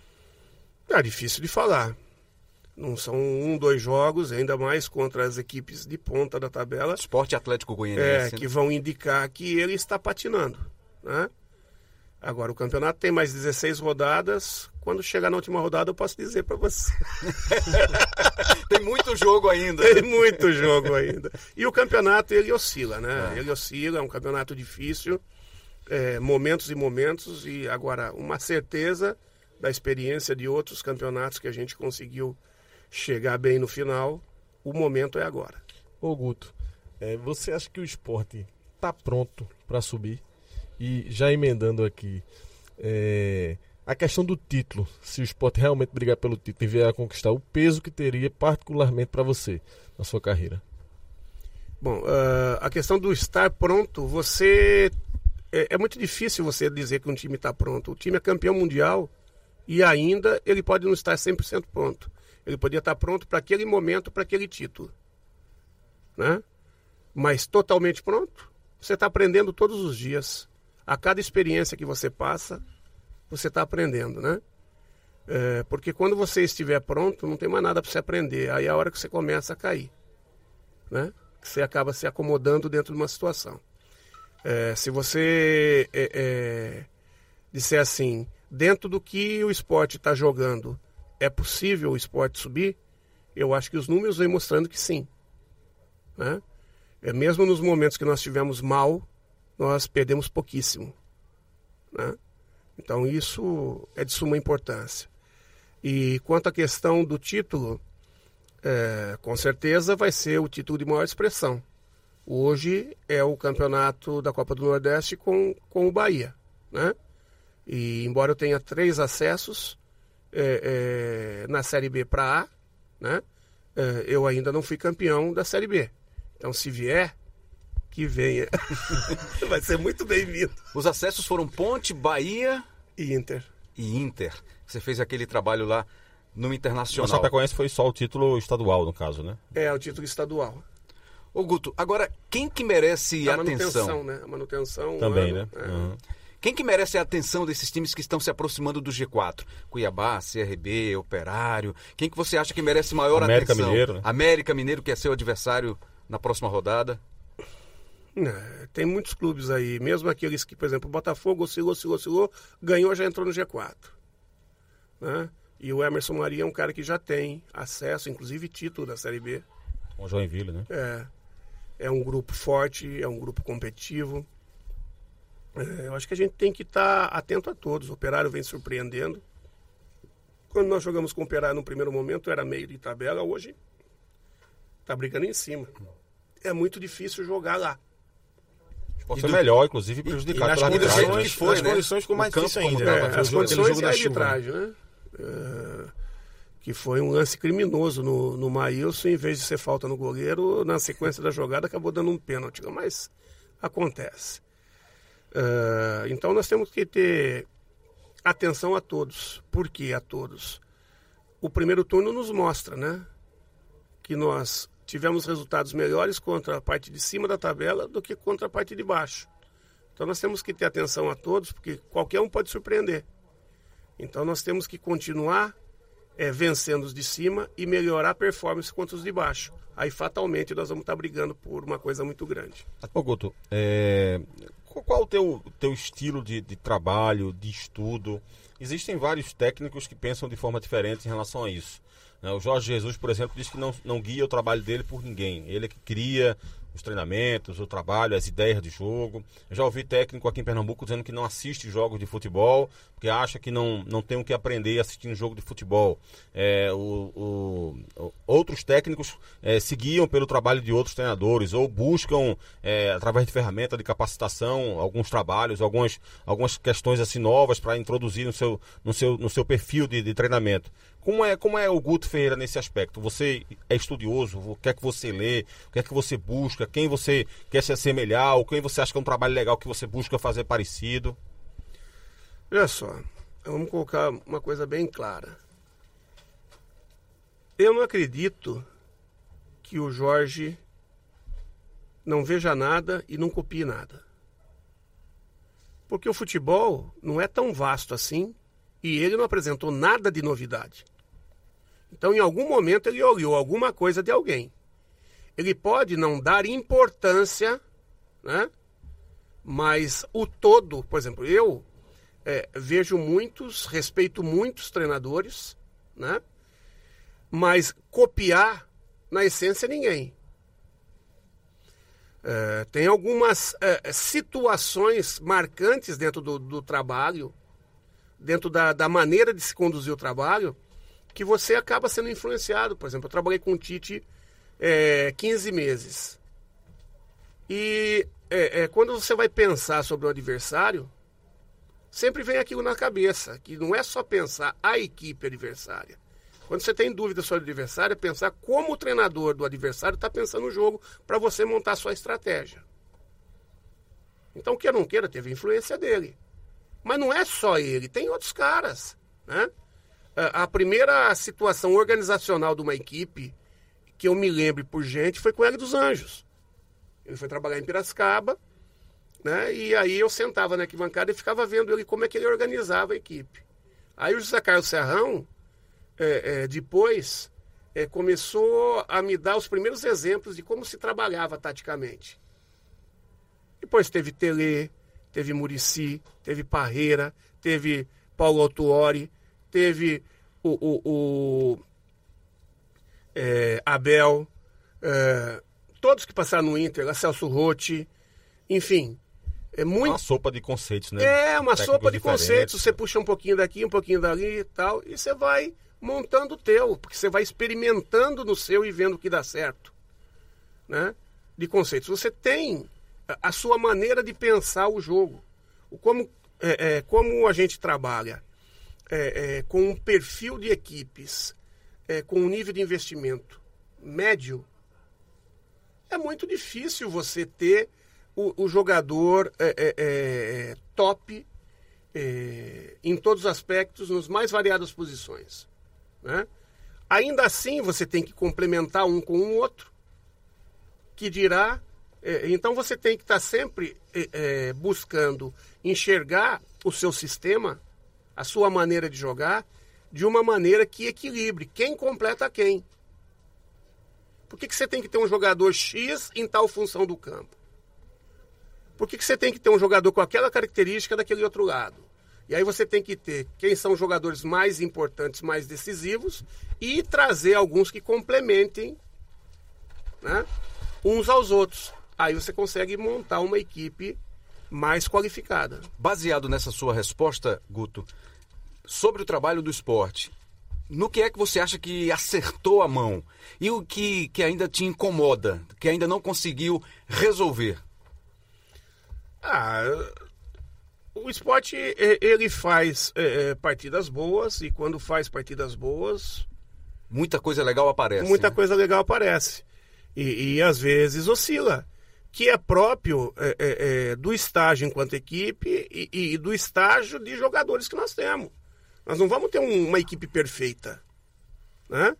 É difícil de falar. Não são 2 jogos, ainda mais contra as equipes de ponta da tabela. Sport Atlético Goianiense. Que vão indicar que ele está patinando, né? Agora, o campeonato tem mais 16 rodadas. Quando chegar na última rodada, eu posso dizer para você. Tem muito jogo ainda. Tem muito jogo ainda. E o campeonato, ele oscila, né? Ele oscila, é um campeonato difícil. Momentos e momentos. E agora, uma certeza da experiência de outros campeonatos que a gente conseguiu chegar bem no final, o momento é agora. Ô Guto, você acha que o Sport está pronto para subir? E já emendando aqui, a questão do título, se o Sport realmente brigar pelo título e vier a conquistar, o peso que teria particularmente para você na sua carreira? Bom, a questão do estar pronto, é muito difícil você dizer que um time está pronto. O time é campeão mundial e ainda ele pode não estar 100% pronto. Ele podia estar pronto para aquele momento, para aquele título, né? Mas totalmente pronto, você está aprendendo todos os dias. A cada experiência que você passa, você está aprendendo, né? Porque quando você estiver pronto, não tem mais nada para você aprender. Aí é a hora que você começa a cair, né? Que você acaba se acomodando dentro de uma situação. Se você disser assim, dentro do que o esporte está jogando, é possível o esporte subir? Eu acho que os números vêm mostrando que sim, né? Mesmo nos momentos que nós estivemos mal, nós perdemos pouquíssimo, né? Então isso é de suma importância. E quanto à questão do título, com certeza vai ser o título de maior expressão. Hoje é o campeonato da Copa do Nordeste com o Bahia, né? E embora eu tenha 3 acessos na Série B para A, né? Eu ainda não fui campeão da Série B. Então se vier, que venha. Vai ser muito bem-vindo. Os acessos foram Ponte, Bahia e Inter. Você fez aquele trabalho lá no Internacional. O Chapecoense foi só o título estadual, no caso, né? O título estadual. Ô Guto, agora, quem que merece a atenção? Manutenção, né? A manutenção... Também, né? Uhum. Quem que merece a atenção desses times que estão se aproximando do G4? Cuiabá, CRB, Operário. Quem que você acha que merece maior América atenção? Mineiro, né? América Mineiro, que é seu adversário na próxima rodada. Tem muitos clubes aí, mesmo aqueles que, por exemplo, o Botafogo oscilou, ganhou, já entrou no G4, né? E o Emerson Maria é um cara que já tem acesso, inclusive título da Série B. Com o Joinville, né? É um grupo forte, é um grupo competitivo. Eu acho que a gente tem que estar atento a todos. O Operário vem surpreendendo. Quando nós jogamos com o Operário no primeiro momento, era meio de tabela, hoje está brigando em cima. É muito difícil jogar lá. Pode ser melhor, inclusive, prejudicado pela arbitragem. As condições ficou mais difícil ainda. As condições e a arbitragem, né? Que foi um lance criminoso no Maílson, em vez de ser falta no goleiro, na sequência da jogada acabou dando um pênalti, mas acontece. Então nós temos que ter atenção a todos. Por que a todos? O primeiro turno nos mostra, né, que nós tivemos resultados melhores contra a parte de cima da tabela do que contra a parte de baixo. Então nós temos que ter atenção a todos, porque qualquer um pode surpreender. Então nós temos que continuar vencendo os de cima e melhorar a performance contra os de baixo. Aí fatalmente nós vamos estar brigando por uma coisa muito grande. Ô Guto, qual o teu estilo de trabalho, de estudo? Existem vários técnicos que pensam de forma diferente em relação a isso. O Jorge Jesus, por exemplo, diz que não guia o trabalho dele por ninguém. Ele é que cria os treinamentos, o trabalho, as ideias de jogo. Eu já ouvi técnico aqui em Pernambuco dizendo que não assiste jogos de futebol, porque acha que não tem o que aprender assistindo jogo de futebol. Outros técnicos se guiam pelo trabalho de outros treinadores, ou buscam, através de ferramenta de capacitação, alguns trabalhos, algumas questões assim novas para introduzir no seu perfil de treinamento. Como é o Guto Ferreira nesse aspecto? Você é estudioso? O que é que você lê? O que é que você busca? Quem você quer se assemelhar? Ou quem você acha que é um trabalho legal que você busca fazer parecido? Olha só, vamos colocar uma coisa bem clara. Eu não acredito que o Jorge não veja nada e não copie nada. Porque o futebol não é tão vasto assim e ele não apresentou nada de novidade. Então, em algum momento, ele olhou alguma coisa de alguém. Ele pode não dar importância, né? Mas o todo, por exemplo, eu vejo muitos, respeito muitos treinadores, né? Mas copiar, na essência, ninguém. Tem algumas situações marcantes dentro do trabalho, dentro da maneira de se conduzir o trabalho, que você acaba sendo influenciado. Por exemplo, eu trabalhei com o Tite 15 meses. E quando você vai pensar sobre o adversário, sempre vem aquilo na cabeça, que não é só pensar a equipe adversária. Quando você tem dúvida sobre o adversário, é pensar como o treinador do adversário está pensando no jogo para você montar a sua estratégia. Então, queira ou não queira, teve influência dele. Mas não é só ele, tem outros caras, né? A primeira situação organizacional de uma equipe que eu me lembro por gente foi com o Hélio dos Anjos. Ele foi trabalhar em Piracicaba, né? E aí eu sentava na arquibancada e ficava vendo ele como é que ele organizava a equipe. Aí o José Carlos Serrão, depois, começou a me dar os primeiros exemplos de como se trabalhava taticamente. Depois teve Telê, teve Muricy, teve Parreira, teve Paulo Autuori, teve o Abel, todos que passaram no Inter, Celso Rotti, enfim. Uma sopa de conceitos, né? Uma sopa de conceitos. Você puxa um pouquinho daqui, um pouquinho dali e tal, e você vai montando o teu, porque você vai experimentando no seu e vendo o que dá certo, né? De conceitos. Você tem a sua maneira de pensar o jogo. Como a gente trabalha com um perfil de equipes, com um nível de investimento médio, é muito difícil você ter o jogador top em todos os aspectos, nas mais variadas posições, né? Ainda assim, você tem que complementar um com o outro, que dirá... então, você tem que estar sempre buscando enxergar o seu sistema, a sua maneira de jogar, de uma maneira que equilibre quem completa quem. Por que você tem que ter um jogador X em tal função do campo? Por que você tem que ter um jogador com aquela característica daquele outro lado? E aí você tem que ter quem são os jogadores mais importantes, mais decisivos, e trazer alguns que complementem, né, uns aos outros. Aí você consegue montar uma equipe mais qualificada. Baseado nessa sua resposta, Guto, sobre o trabalho do esporte, no que é que você acha que acertou a mão? E o que ainda te incomoda, que ainda não conseguiu resolver? O esporte, ele faz partidas boas, e quando faz partidas boas... Muita coisa legal aparece. Muita coisa legal aparece. E às vezes oscila, que é próprio do estágio enquanto equipe e do estágio de jogadores que nós temos. Nós não vamos ter uma equipe perfeita, né?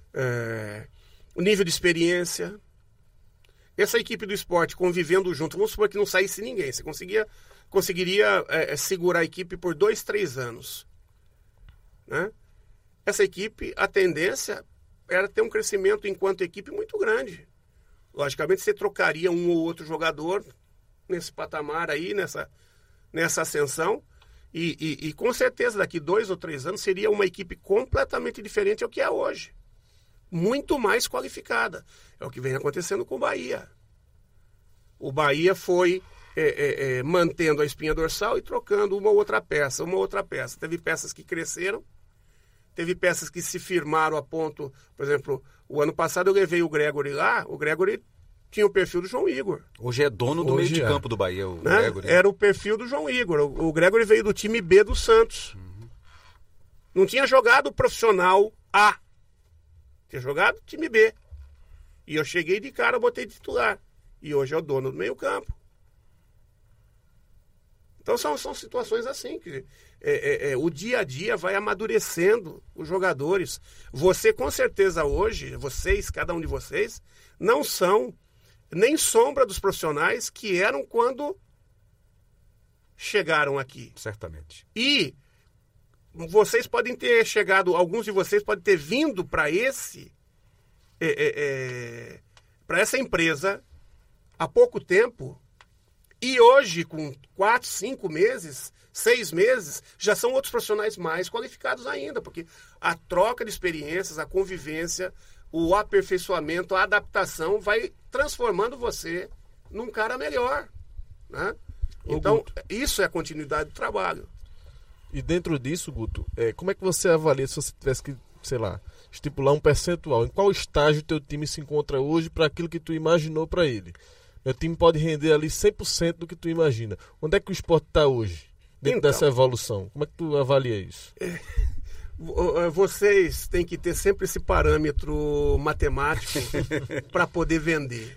O nível de experiência... Essa equipe do esporte convivendo junto, vamos supor que não saísse ninguém, você conseguiria segurar a equipe por 2, 3 anos, né? Essa equipe, a tendência era ter um crescimento enquanto equipe muito grande. Logicamente, você trocaria um ou outro jogador nesse patamar aí, nessa ascensão, e com certeza daqui 2 ou 3 anos seria uma equipe completamente diferente ao que é hoje. Muito mais qualificada. É o que vem acontecendo com o Bahia. O Bahia foi mantendo a espinha dorsal e trocando uma ou outra peça. Teve peças que cresceram, teve peças que se firmaram a ponto... Por exemplo, o ano passado eu levei o Gregory lá, o Gregory tinha o perfil do João Igor. Hoje é dono do meio de campo do Bahia, o Gregory. Era o perfil do João Igor. O Gregory veio do time B do Santos. Não tinha jogado profissional A. Tinha jogado time B. E eu cheguei de cara, botei titular. E hoje é o dono do meio campo. Então são situações assim que o dia a dia vai amadurecendo os jogadores. Você com certeza hoje, cada um de vocês, não são nem sombra dos profissionais que eram quando chegaram aqui. Certamente. E vocês podem ter chegado, alguns de vocês podem ter vindo para essa empresa há pouco tempo. E hoje, com 4, 5 meses, 6 meses, já são outros profissionais mais qualificados ainda, porque a troca de experiências, a convivência, o aperfeiçoamento, a adaptação vai transformando você num cara melhor, né? Então, isso é a continuidade do trabalho. E dentro disso, Guto, como é que você avalia, se você tivesse que, sei lá, estipular um percentual, em qual estágio o teu time se encontra hoje para aquilo que tu imaginou para ele? Meu time pode render ali 100% do que tu imagina. Onde é que o Sport está hoje, dentro dessa evolução? Como é que tu avalia isso? Vocês têm que ter sempre esse parâmetro matemático para poder vender.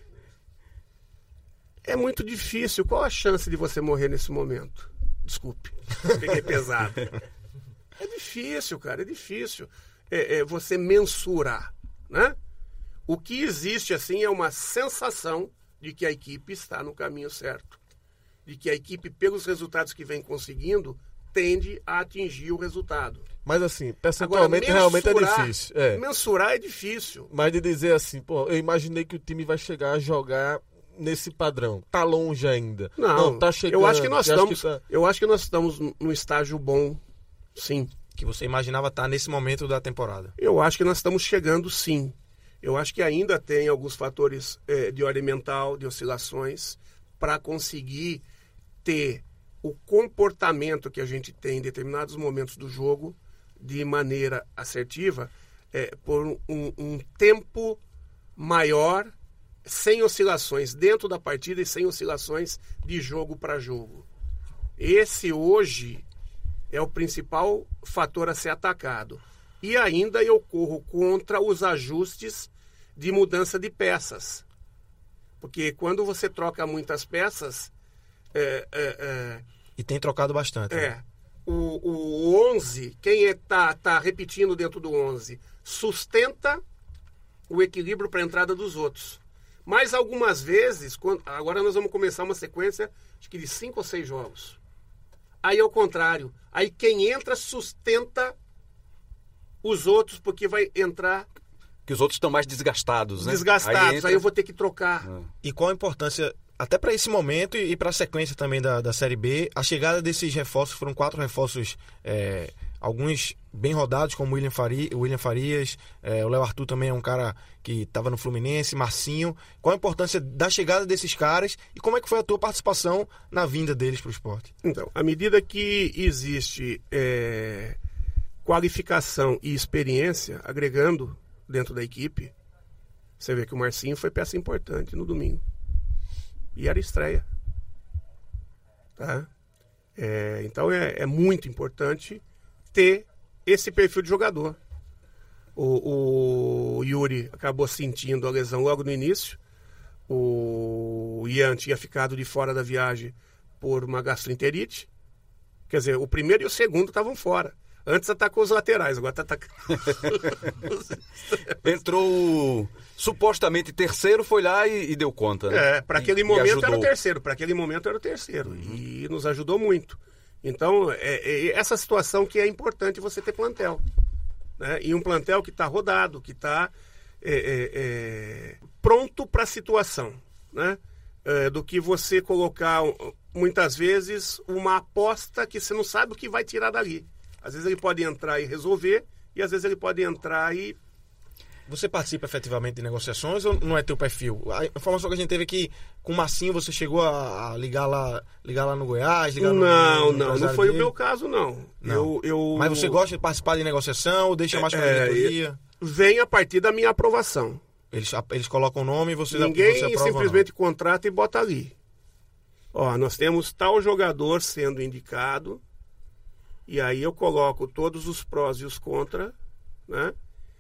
É muito difícil. Qual a chance de você morrer nesse momento? Desculpe, peguei pesado. É difícil, cara, é difícil você mensurar, né? O que existe, assim, é uma sensação de que a equipe está no caminho certo. De que a equipe, pelos resultados que vem conseguindo, tende a atingir o resultado. Mas assim, percentualmente realmente é difícil. Mensurar é difícil. Mas de dizer assim, pô, eu imaginei que o time vai chegar a jogar nesse padrão. Tá longe ainda. Não, tá chegando. Eu acho que nós estamos num estágio bom, sim. Que você imaginava estar nesse momento da temporada. Eu acho que nós estamos chegando, sim. Eu acho que ainda tem alguns fatores de ordem mental, de oscilações, para conseguir ter o comportamento que a gente tem em determinados momentos do jogo de maneira assertiva por um tempo maior, sem oscilações dentro da partida e sem oscilações de jogo para jogo. Esse hoje é o principal fator a ser atacado. E ainda eu corro contra os ajustes de mudança de peças. Porque quando você troca muitas peças... E tem trocado bastante. Né? O 11, quem está repetindo dentro do 11, sustenta o equilíbrio para a entrada dos outros. Mas algumas vezes, agora nós vamos começar uma sequência acho que de 5 ou 6 jogos. Aí é o contrário. Aí quem entra sustenta os outros, porque vai entrar... Que os outros estão mais desgastados, né? Desgastados, aí eu vou ter que trocar. E qual a importância, até para esse momento e para a sequência também da Série B, a chegada desses reforços, foram 4 reforços, alguns bem rodados, como o William Farias, o Léo Arthur também é um cara que estava no Fluminense, Marcinho. Qual a importância da chegada desses caras e como é que foi a tua participação na vinda deles para o esporte? Então, à medida que existe qualificação e experiência agregando dentro da equipe, você vê que o Marcinho foi peça importante no domingo. E era estreia. Tá? Então é muito importante ter esse perfil de jogador. O Yuri acabou sentindo a lesão logo no início. O Ian tinha ficado de fora da viagem por uma gastroenterite. Quer dizer, o primeiro e o segundo estavam fora. Antes atacou os laterais, agora está atacando. Entrou supostamente terceiro, foi lá e deu conta. Né? Para aquele momento era o terceiro. Para aquele momento era o terceiro. E nos ajudou muito. Então, essa situação que é importante você ter plantel. Né? E um plantel que está rodado, que está pronto para a situação. Né? Do que você colocar, muitas vezes, uma aposta que você não sabe o que vai tirar dali. Às vezes ele pode entrar e resolver, e às vezes ele pode entrar e... Você participa efetivamente de negociações ou não é teu perfil? A informação que a gente teve aqui, com o Marcinho, você chegou a ligar lá no Goiás? Não foi o meu caso, não. Mas você gosta de participar de negociação ou deixa mais para a diretoria? Vem a partir da minha aprovação. Eles colocam o nome e você Ninguém simplesmente contrata e bota ali. Nós temos tal jogador sendo indicado, e aí eu coloco todos os prós e os contra, né?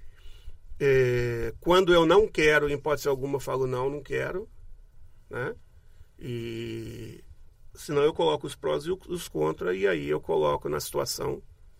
Quando eu não quero, em hipótese alguma, eu falo não quero, né? E senão eu coloco os prós e os contras, e aí eu coloco na situação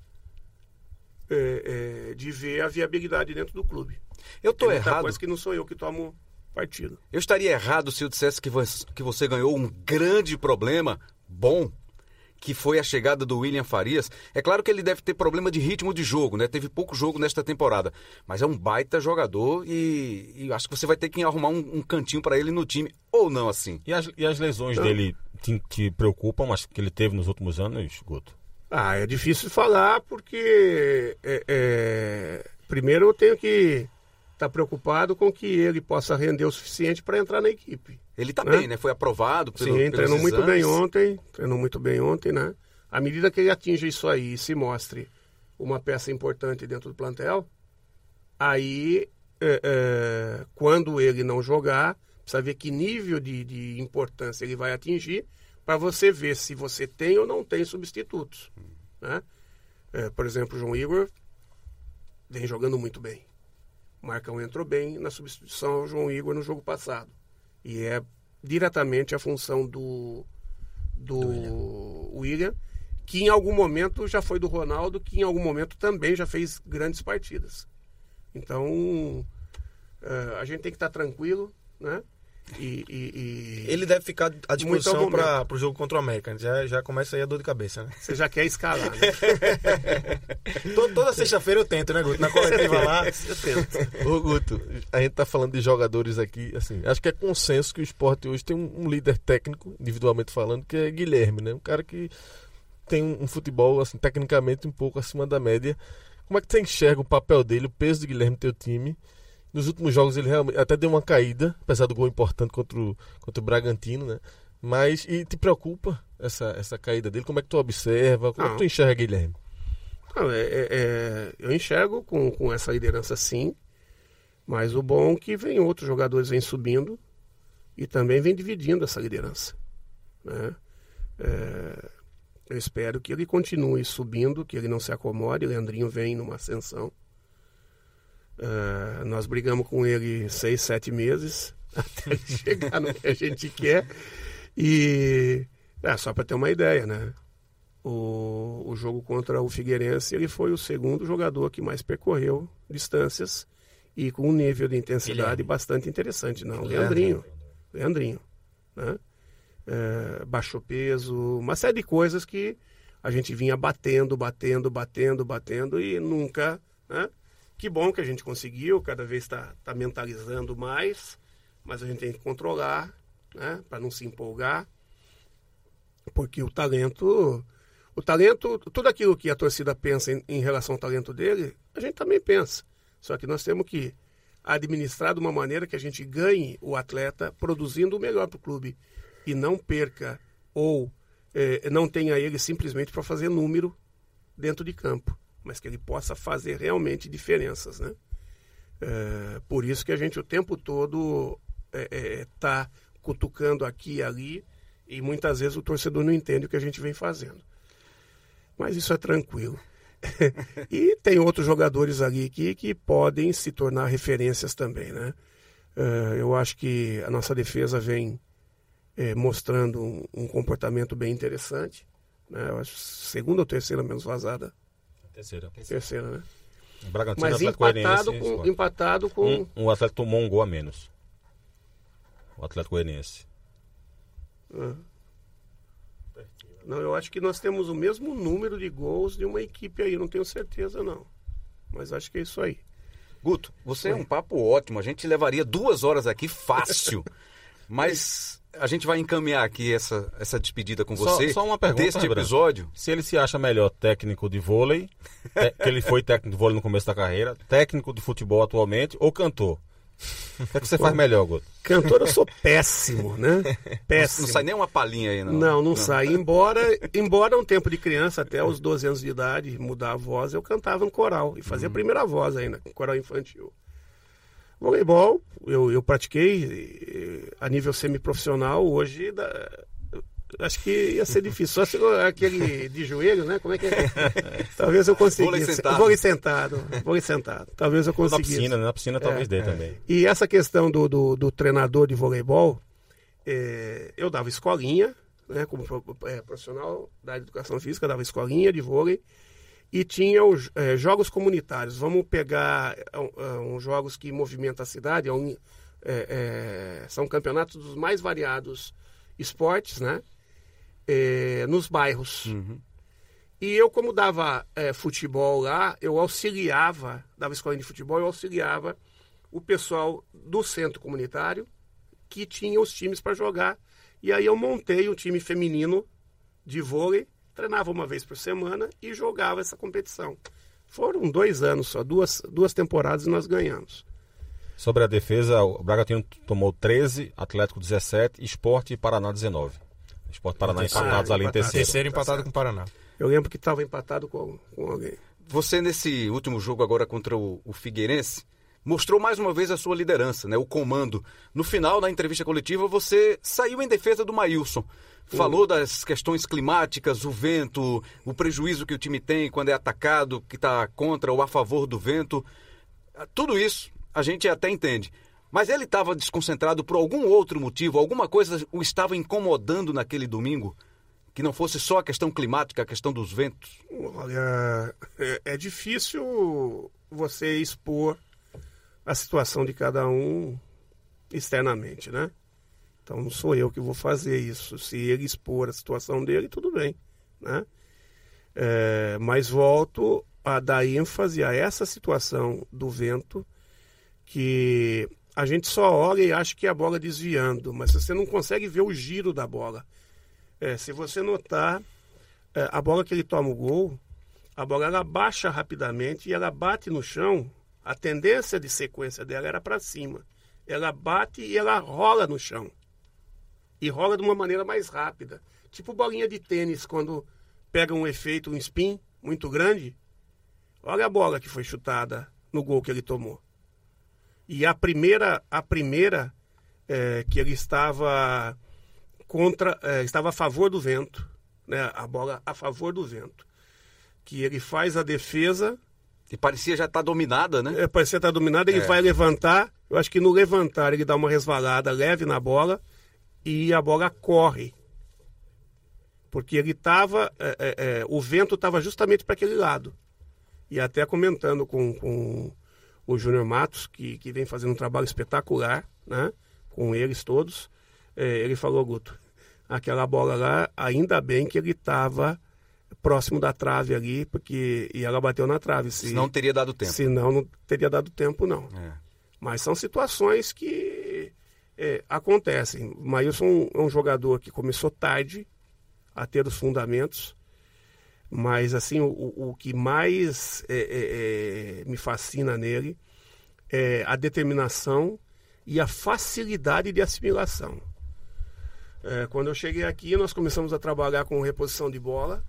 de ver a viabilidade dentro do clube. Eu tô Tem muita errado. coisa que não sou eu que tomo partido. Eu estaria errado se eu dissesse que você ganhou um grande problema bom, que foi a chegada do William Farias. É claro que ele deve ter problema de ritmo de jogo, né? Teve pouco jogo nesta temporada, mas é um baita jogador e acho que você vai ter que arrumar um cantinho para ele no time, ou não assim. E as lesões dele te preocupam, mas que ele teve nos últimos anos, Guto? É difícil de falar porque primeiro eu tenho que estar preocupado com que ele possa render o suficiente para entrar na equipe. Ele tá bem, né? Foi aprovado Sim, treinou muito bem ontem, né? À medida que ele atinja isso aí e se mostre uma peça importante dentro do plantel, aí quando ele não jogar, precisa ver que nível de importância ele vai atingir para você ver se você tem ou não tem substitutos, né? Por exemplo, o João Igor vem jogando muito bem. O Marcão entrou bem na substituição ao João Igor no jogo passado. E é diretamente a função do William, que em algum momento já foi do Ronaldo, que em algum momento também já fez grandes partidas. Então, a gente tem que estar tranquilo, né? Ele deve ficar à disposição para o jogo contra o América. Já começa aí a dor de cabeça, né? Você já quer escalar, né? Toda sexta-feira eu tento, né, Guto? Na coletiva lá, eu tento. Ô, Guto, a gente tá falando de jogadores aqui, assim, acho que é consenso que o Sport hoje tem um líder técnico, individualmente falando, que é Guilherme, né? Um cara que tem um futebol, assim, tecnicamente um pouco acima da média. Como é que você enxerga o papel dele, o peso de Guilherme no teu time? Nos últimos jogos ele realmente até deu uma caída, apesar do gol importante contra o Bragantino, né? Mas, e te preocupa essa caída dele? Como é que tu observa? Como é que tu enxerga Guilherme? Não, eu enxergo com essa liderança sim, mas o bom é que vem outros jogadores vêm subindo e também vem dividindo essa liderança, né? Eu espero que ele continue subindo, que ele não se acomode. O Leandrinho vem numa ascensão. Nós brigamos com ele 6, 7 meses até ele chegar no que a gente quer. E só para ter uma ideia, né? O jogo contra o Figueirense, ele foi o segundo jogador que mais percorreu distâncias e com um nível de intensidade bastante interessante. Não, Leandrinho, né? Baixou peso, uma série de coisas que a gente vinha batendo e nunca, né? Que bom que a gente conseguiu, cada vez está mentalizando mais, mas a gente tem que controlar, né, para não se empolgar, porque o talento, tudo aquilo que a torcida pensa em relação ao talento dele, a gente também pensa. Só que nós temos que administrar de uma maneira que a gente ganhe o atleta produzindo o melhor para o clube e não perca ou não tenha ele simplesmente para fazer número dentro de campo, mas que ele possa fazer realmente diferenças, né? Por isso que a gente o tempo todo está cutucando aqui e ali, e muitas vezes o torcedor não entende o que a gente vem fazendo. Mas isso é tranquilo. E tem outros jogadores ali que podem se tornar referências também, né? Eu acho que a nossa defesa vem mostrando um comportamento bem interessante, né? Eu acho segunda ou terceira menos vazada. Terceira, né? O Bragantino, mas empatado com... O Atlético tomou um gol a menos. O Atlético Goianiense. Não, eu acho que nós temos o mesmo número de gols de uma equipe aí, não tenho certeza não. Mas acho que é isso aí. Guto, você é um papo ótimo, a gente levaria 2 horas aqui fácil, mas a gente vai encaminhar aqui essa despedida com você. Só uma pergunta deste episódio. Se ele se acha melhor técnico de vôlei, que ele foi técnico de vôlei no começo da carreira, técnico de futebol atualmente ou cantor? O que é que você faz melhor, Guto? Cantor eu sou péssimo, né? Péssimo. Não sai nem uma palhinha aí, não. Não sai. Embora um tempo de criança, até os 12 anos de idade, mudar a voz, eu cantava no coral. E fazia a primeira voz ainda, coral infantil. Voleibol, eu pratiquei a nível semiprofissional. Hoje, acho que ia ser difícil. Só se aquele de joelho, né? Como é que é? Talvez eu conseguisse. Vôlei sentado. Talvez eu conseguisse. Na piscina talvez dê também. E essa questão do treinador de voleibol, eu dava escolinha, né, como profissional da educação física, dava escolinha de vôlei, e tinha os jogos comunitários. Vamos pegar uns jogos que movimentam a cidade, são campeonatos dos mais variados esportes, né, nos bairros. Uhum. E eu, como dava futebol lá, eu auxiliava, dava escolinha de futebol, eu auxiliava o pessoal do centro comunitário que tinha os times para jogar. E aí eu montei um time feminino de vôlei, treinava uma vez por semana e jogava essa competição. Foram 2 anos só, duas temporadas e nós ganhamos. Sobre a defesa, o Bragantino tomou 13, Atlético 17, Sport e Paraná 19. Sport e Paraná empatados ali em terceiro. Terceiro empatado com o Paraná. Eu lembro que estava empatado com alguém. Você, nesse último jogo agora contra o Figueirense, mostrou mais uma vez a sua liderança, né? O comando. No final, na entrevista coletiva, você saiu em defesa do Maílson. Falou das questões climáticas, o vento, o prejuízo que o time tem quando é atacado, que está contra ou a favor do vento. Tudo isso a gente até entende. Mas ele estava desconcentrado por algum outro motivo? Alguma coisa o estava incomodando naquele domingo? Que não fosse só a questão climática, a questão dos ventos? Olha, é difícil você expor a situação de cada um externamente, né? Então não sou eu que vou fazer isso. Se ele expor a situação dele, tudo bem, né? Mas volto a dar ênfase a essa situação do vento, que a gente só olha e acha que é a bola desviando, mas você não consegue ver o giro da bola. Se você notar, a bola que ele toma o gol, a bola ela baixa rapidamente e ela bate no chão. A tendência de sequência dela era para cima. Ela bate e ela rola no chão. E rola de uma maneira mais rápida. Tipo bolinha de tênis, quando pega um efeito, um spin muito grande. Olha a bola que foi chutada no gol que ele tomou. E a primeira que ele estava estava a favor do vento, né? A bola a favor do vento. Que ele faz a defesa. E parecia já estar dominada, né? Parecia estar dominada, ele vai levantar. Eu acho que no levantar ele dá uma resvalada leve na bola e a bola corre. Porque ele estava. O vento estava justamente para aquele lado. E até comentando com o Júnior Matos, que vem fazendo um trabalho espetacular, né? Com eles todos. Ele falou, Guto, aquela bola lá, ainda bem que ele estava próximo da trave ali, e ela bateu na trave. Senão teria dado tempo. Senão não teria dado tempo, não. Mas são situações que acontecem. O Maílson é um jogador que começou tarde a ter os fundamentos, mas assim, o que mais me fascina nele é a determinação e a facilidade de assimilação. Quando eu cheguei aqui, nós começamos a trabalhar com reposição de bola.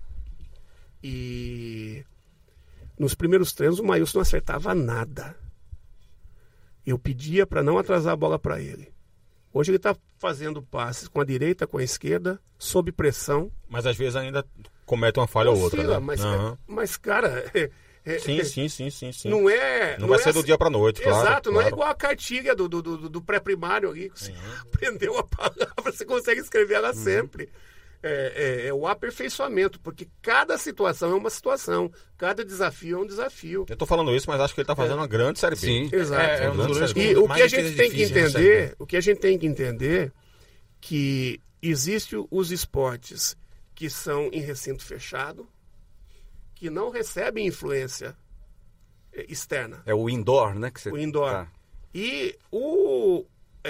E nos primeiros treinos o Maílson não acertava nada. Eu pedia para não atrasar a bola para ele. Hoje ele está fazendo passes com a direita, com a esquerda, sob pressão. Mas às vezes ainda comete uma falha ou outra, né? Mas cara... Sim. Não é... Não vai ser do dia para noite, claro. Exato, não é igual a cartilha do pré-primário ali. Você aprendeu a palavra, você consegue escrever ela sempre. É o aperfeiçoamento, porque cada situação é uma situação, cada desafio é um desafio. Eu estou falando isso, mas acho que ele está fazendo uma grande Série B. Sim, exato. E o que a gente tem que entender, que existem os esportes que são em recinto fechado, que não recebem influência externa. É o indoor, né? O indoor. Tá. E o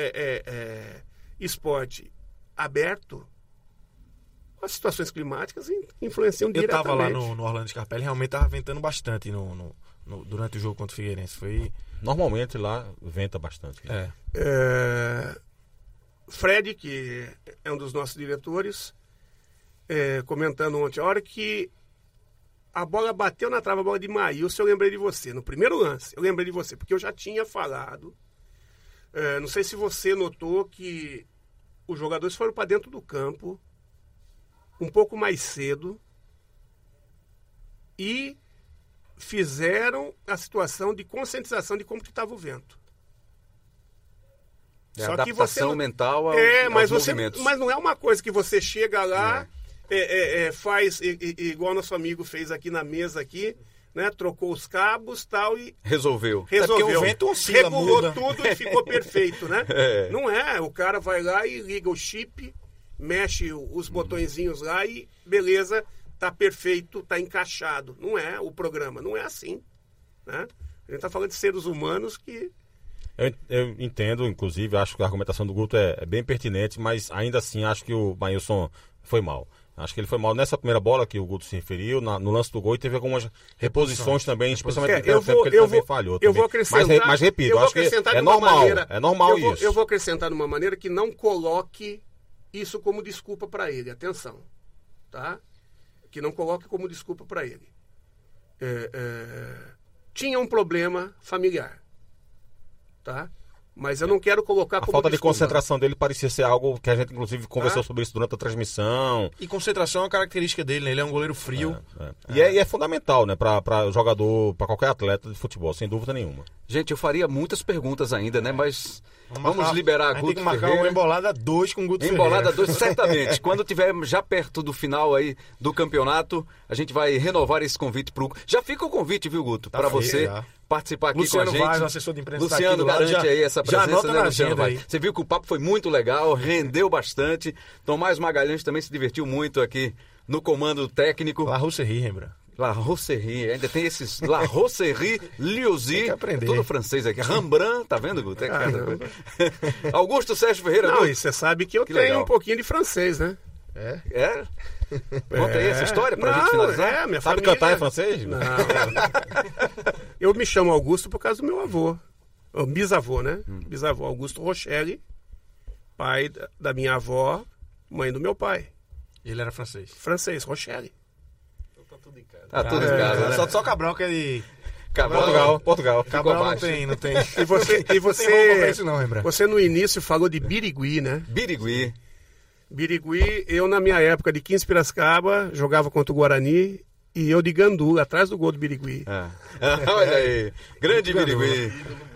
esporte aberto, as situações climáticas influenciam diretamente. Eu estava lá no Orlando Scarpelli, realmente estava ventando bastante durante o jogo contra o Figueirense. Normalmente lá venta bastante. Fred, que é um dos nossos diretores, comentando ontem, a hora que a bola bateu na trave, a bola de Maílson, eu lembrei de você. No primeiro lance, eu lembrei de você, porque eu já tinha falado. Não sei se você notou que os jogadores foram para dentro do campo um pouco mais cedo e fizeram a situação de conscientização de como que estava o vento. Só adaptação que mental aos movimentos. Mas não é uma coisa que você chega lá, faz igual nosso amigo fez aqui na mesa aqui, né? Trocou os cabos tal e resolveu. Porque o vento oscila, regulou tudo e ficou perfeito, né? Não é, o cara vai lá e liga o chip, mexe os botõezinhos lá e beleza, tá perfeito, tá encaixado. Não é o programa, não é assim, né? A gente tá falando de seres humanos que... Eu entendo, inclusive, acho que a argumentação do Guto é bem pertinente, mas ainda assim acho que o Maílson foi mal. Acho que ele foi mal nessa primeira bola que o Guto se referiu, no lance do gol, e teve algumas reposições também, especialmente no primeiro tempo, que ele também falhou. Eu vou acrescentar, mas repito, acho que é normal isso. Eu vou acrescentar de uma maneira que não coloque isso como desculpa para ele. Atenção, tá? Que não coloque como desculpa para ele. Tinha um problema familiar, tá? Mas eu não quero colocar como falta desculpa. De concentração dele parecia ser algo que a gente, inclusive, conversou sobre isso durante a transmissão. E concentração é uma característica dele, né? Ele é um goleiro frio. E é fundamental, né? Para jogador, para qualquer atleta de futebol, sem dúvida nenhuma. Gente, eu faria muitas perguntas ainda, né? Mas vamos liberar a Guto Tem que marcar Ferreira. uma embolada 2 com o Guto Embolada Ferreira. 2, certamente. Quando tiver já perto do final aí do campeonato, a gente vai renovar esse convite pro... Já fica o convite, viu, Guto? Para você participar aqui Luciano com a gente. Vaz, o assessor de imprensa, Luciano, tá aqui do garante lado, aí essa presença, já anota né, na Luciano agenda Vaz? aí. Você viu que o papo foi muito legal, rendeu bastante. Tomás Magalhães também se divertiu muito aqui no comando técnico. La Rosserie, lembra? La Rosserie, ainda tem esses La Rosserie, Liuzy, tudo francês aqui. Rembrandt, tá vendo, Guto? Augusto Sérgio Ferreira. Não, e você sabe que eu tenho legal. Um pouquinho de francês, né? É? Conta aí essa história pra gente finalizar. Minha Sabe família... cantar em francês? Não. Eu me chamo Augusto por causa do meu avô. Bisavô, né? Bisavô Augusto Rochelle, pai da minha avó, mãe do meu pai. Ele era francês. Francês, Rochelle. Tá tudo em casa, né? Só Cabral que é de... Portugal. Cabral não tem. E você, você no início falou de Birigui, né? Birigui, eu na minha época de 15 Piracicaba, jogava contra o Guarani e eu de Gandula, atrás do gol do Birigui. Olha aí, grande Birigui.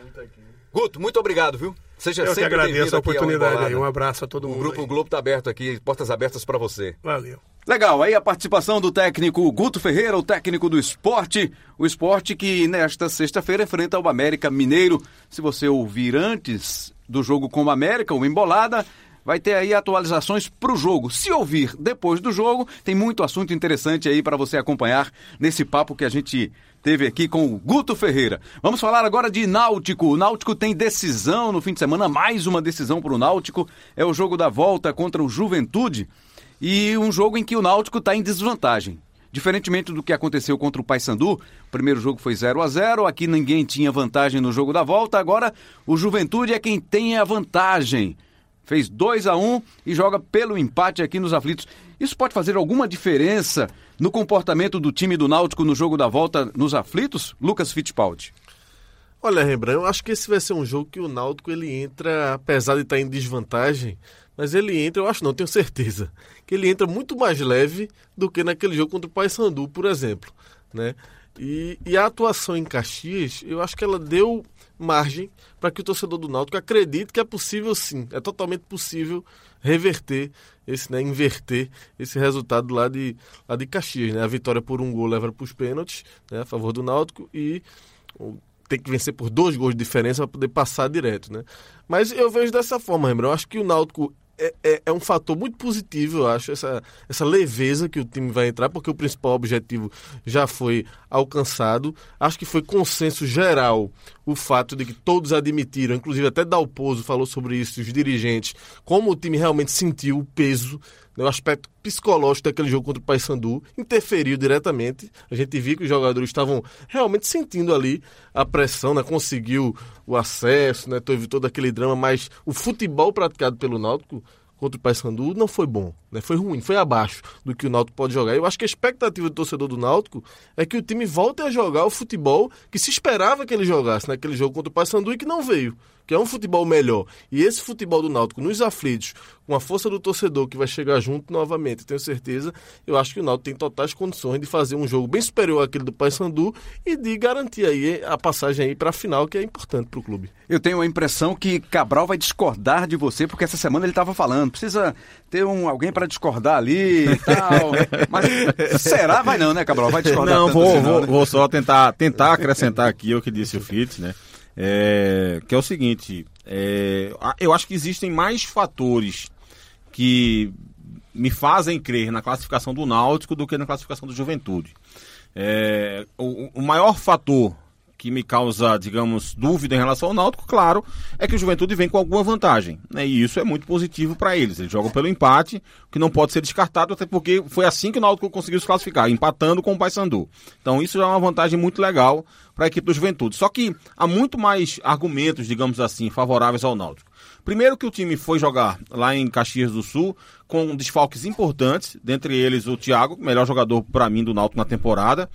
Guto, muito obrigado, viu? Seja eu sempre que agradeço a oportunidade aí. Um abraço a todo mundo. O Grupo Globo está aberto aqui, portas abertas para você. Valeu. Legal, aí a participação do técnico Guto Ferreira, o técnico do esporte. O esporte que nesta sexta-feira enfrenta o América Mineiro. Se você ouvir antes do jogo com o América, o Embolada, vai ter aí atualizações para o jogo. Se ouvir depois do jogo, tem muito assunto interessante aí para você acompanhar nesse papo que a gente teve aqui com o Guto Ferreira. Vamos falar agora de Náutico. O Náutico tem decisão no fim de semana, mais uma decisão para o Náutico. É o jogo da volta contra o Juventude e um jogo em que o Náutico está em desvantagem. Diferentemente do que aconteceu contra o Paysandu, o primeiro jogo foi 0-0, aqui ninguém tinha vantagem no jogo da volta, agora o Juventude é quem tem a vantagem. Fez 2-1 e joga pelo empate aqui nos aflitos. Isso pode fazer alguma diferença no comportamento do time do Náutico no jogo da volta nos aflitos? Lucas Fittipaldi. Olha, Rembrandt, eu acho que esse vai ser um jogo que o Náutico ele entra, apesar de estar em desvantagem, mas ele entra, eu acho não, tenho certeza, que ele entra muito mais leve do que naquele jogo contra o Paysandu, por exemplo, né? E a atuação em Caxias, eu acho que ela deu margem para que o torcedor do Náutico acredite que é possível sim, é totalmente possível reverter inverter esse resultado lá de Caxias, né? A vitória por 1 gol leva para os pênaltis, né, a favor do Náutico e tem que vencer por 2 gols de diferença para poder passar direto, né? Mas eu vejo dessa forma, Rembrandt, eu acho que o Náutico é um fator muito positivo, eu acho, essa leveza que o time vai entrar, porque o principal objetivo já foi alcançado. Acho que foi consenso geral o fato de que todos admitiram, inclusive até Dalpozo falou sobre isso, os dirigentes, como o time realmente sentiu o peso, né, o aspecto psicológico daquele jogo contra o Paysandu, interferiu diretamente. A gente viu que os jogadores estavam realmente sentindo ali a pressão, né, conseguiu o acesso, né, teve todo aquele drama, mas o futebol praticado pelo Náutico contra o Paysandu não foi bom, né? Foi ruim, foi abaixo do que o Náutico pode jogar. Eu acho que a expectativa do torcedor do Náutico é que o time volte a jogar o futebol que se esperava que ele jogasse naquele jogo contra o Paysandu e que não veio, que é um futebol melhor, e esse futebol do Náutico nos aflitos, com a força do torcedor que vai chegar junto novamente, tenho certeza, eu acho que o Náutico tem totais condições de fazer um jogo bem superior àquele do Paysandu e de garantir aí a passagem aí para a final, que é importante para o clube. Eu tenho a impressão que Cabral vai discordar de você, porque essa semana ele estava falando, precisa ter alguém para discordar ali e tal. Mas será? Vai não, né, Cabral? Vai discordar não, tanto assim, não, né? Vou só tentar acrescentar aqui o que disse o Fritz, né? Que é o seguinte, eu acho que existem mais fatores que me fazem crer na classificação do Náutico do que na classificação do Juventude. O maior fator que me causa, digamos, dúvida em relação ao Náutico, claro, é que o Juventude vem com alguma vantagem, né? E isso é muito positivo para eles. Eles jogam pelo empate, o que não pode ser descartado, até porque foi assim que o Náutico conseguiu se classificar, empatando com o Paysandu. Então isso já é uma vantagem muito legal para a equipe do Juventude. Só que há muito mais argumentos, digamos assim, favoráveis ao Náutico. Primeiro que o time foi jogar lá em Caxias do Sul com desfalques importantes, dentre eles o Thiago, melhor jogador para mim do Náutico na temporada,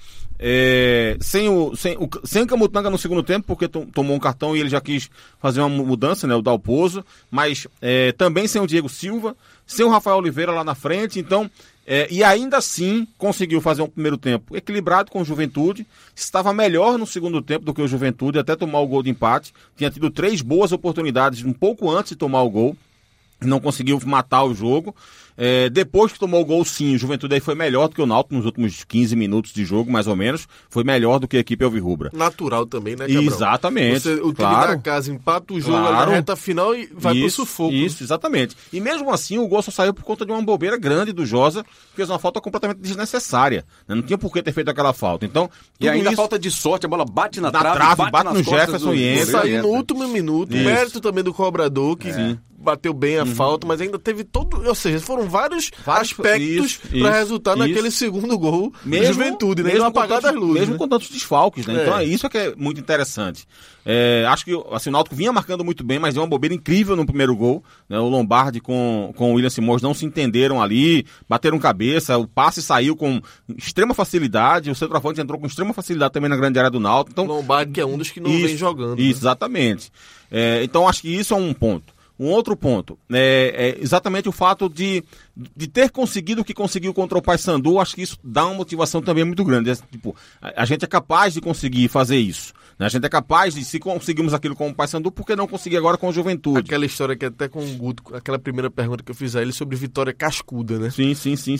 sem o Camutanga no segundo tempo, porque tomou um cartão e ele já quis fazer uma mudança, né, o Dalpozo, mas também sem o Diego Silva, sem o Rafael Oliveira lá na frente, então... e ainda assim conseguiu fazer um primeiro tempo equilibrado com o Juventude, estava melhor no segundo tempo do que o Juventude, até tomar o gol de empate, tinha tido 3 boas oportunidades um pouco antes de tomar o gol, não conseguiu matar o jogo. Depois que tomou o gol, sim, o Juventude aí foi melhor do que o Náutico nos últimos 15 minutos de jogo, mais ou menos, foi melhor do que a equipe alvirrubra. Natural também, né, Cabral? Exatamente. O time da casa empata o jogo na reta final e vai pro sufoco. Isso, exatamente. E mesmo assim, o gol só saiu por conta de uma bobeira grande do Josa, que fez uma falta completamente desnecessária, né? Não tinha por que ter feito aquela falta. Então, e ainda a falta de sorte, a bola bate na trave, bate no Jefferson e entra. Saiu no último minuto, mérito também do cobrador, que bateu bem a falta, mas ainda teve todo... Ou seja, foram vários aspectos para resultar naquele segundo gol da Juventude, né? Mesmo apagar das luzes. Mesmo com tantos desfalques, né? Então isso é que é muito interessante. Acho que assim, o Náutico vinha marcando muito bem, mas deu uma bobeira incrível no primeiro gol, né? O Lombardi com o William Simões não se entenderam ali, bateram cabeça, o passe saiu com extrema facilidade, o centroavante entrou com extrema facilidade também na grande área do Náutico. Então, Lombardi que é um dos que não vem jogando. Exatamente. Então acho que isso é um ponto. Um outro ponto é exatamente o fato de ter conseguido o que conseguiu contra o Paysandu. Acho que isso dá uma motivação também muito grande. Tipo, a gente é capaz de conseguir fazer isso, né? A gente é capaz de, se conseguimos aquilo com o Paysandu, por que não conseguir agora com o Juventude? Aquela história que até com o Guto, aquela primeira pergunta que eu fiz a ele sobre vitória cascuda, né? Sim.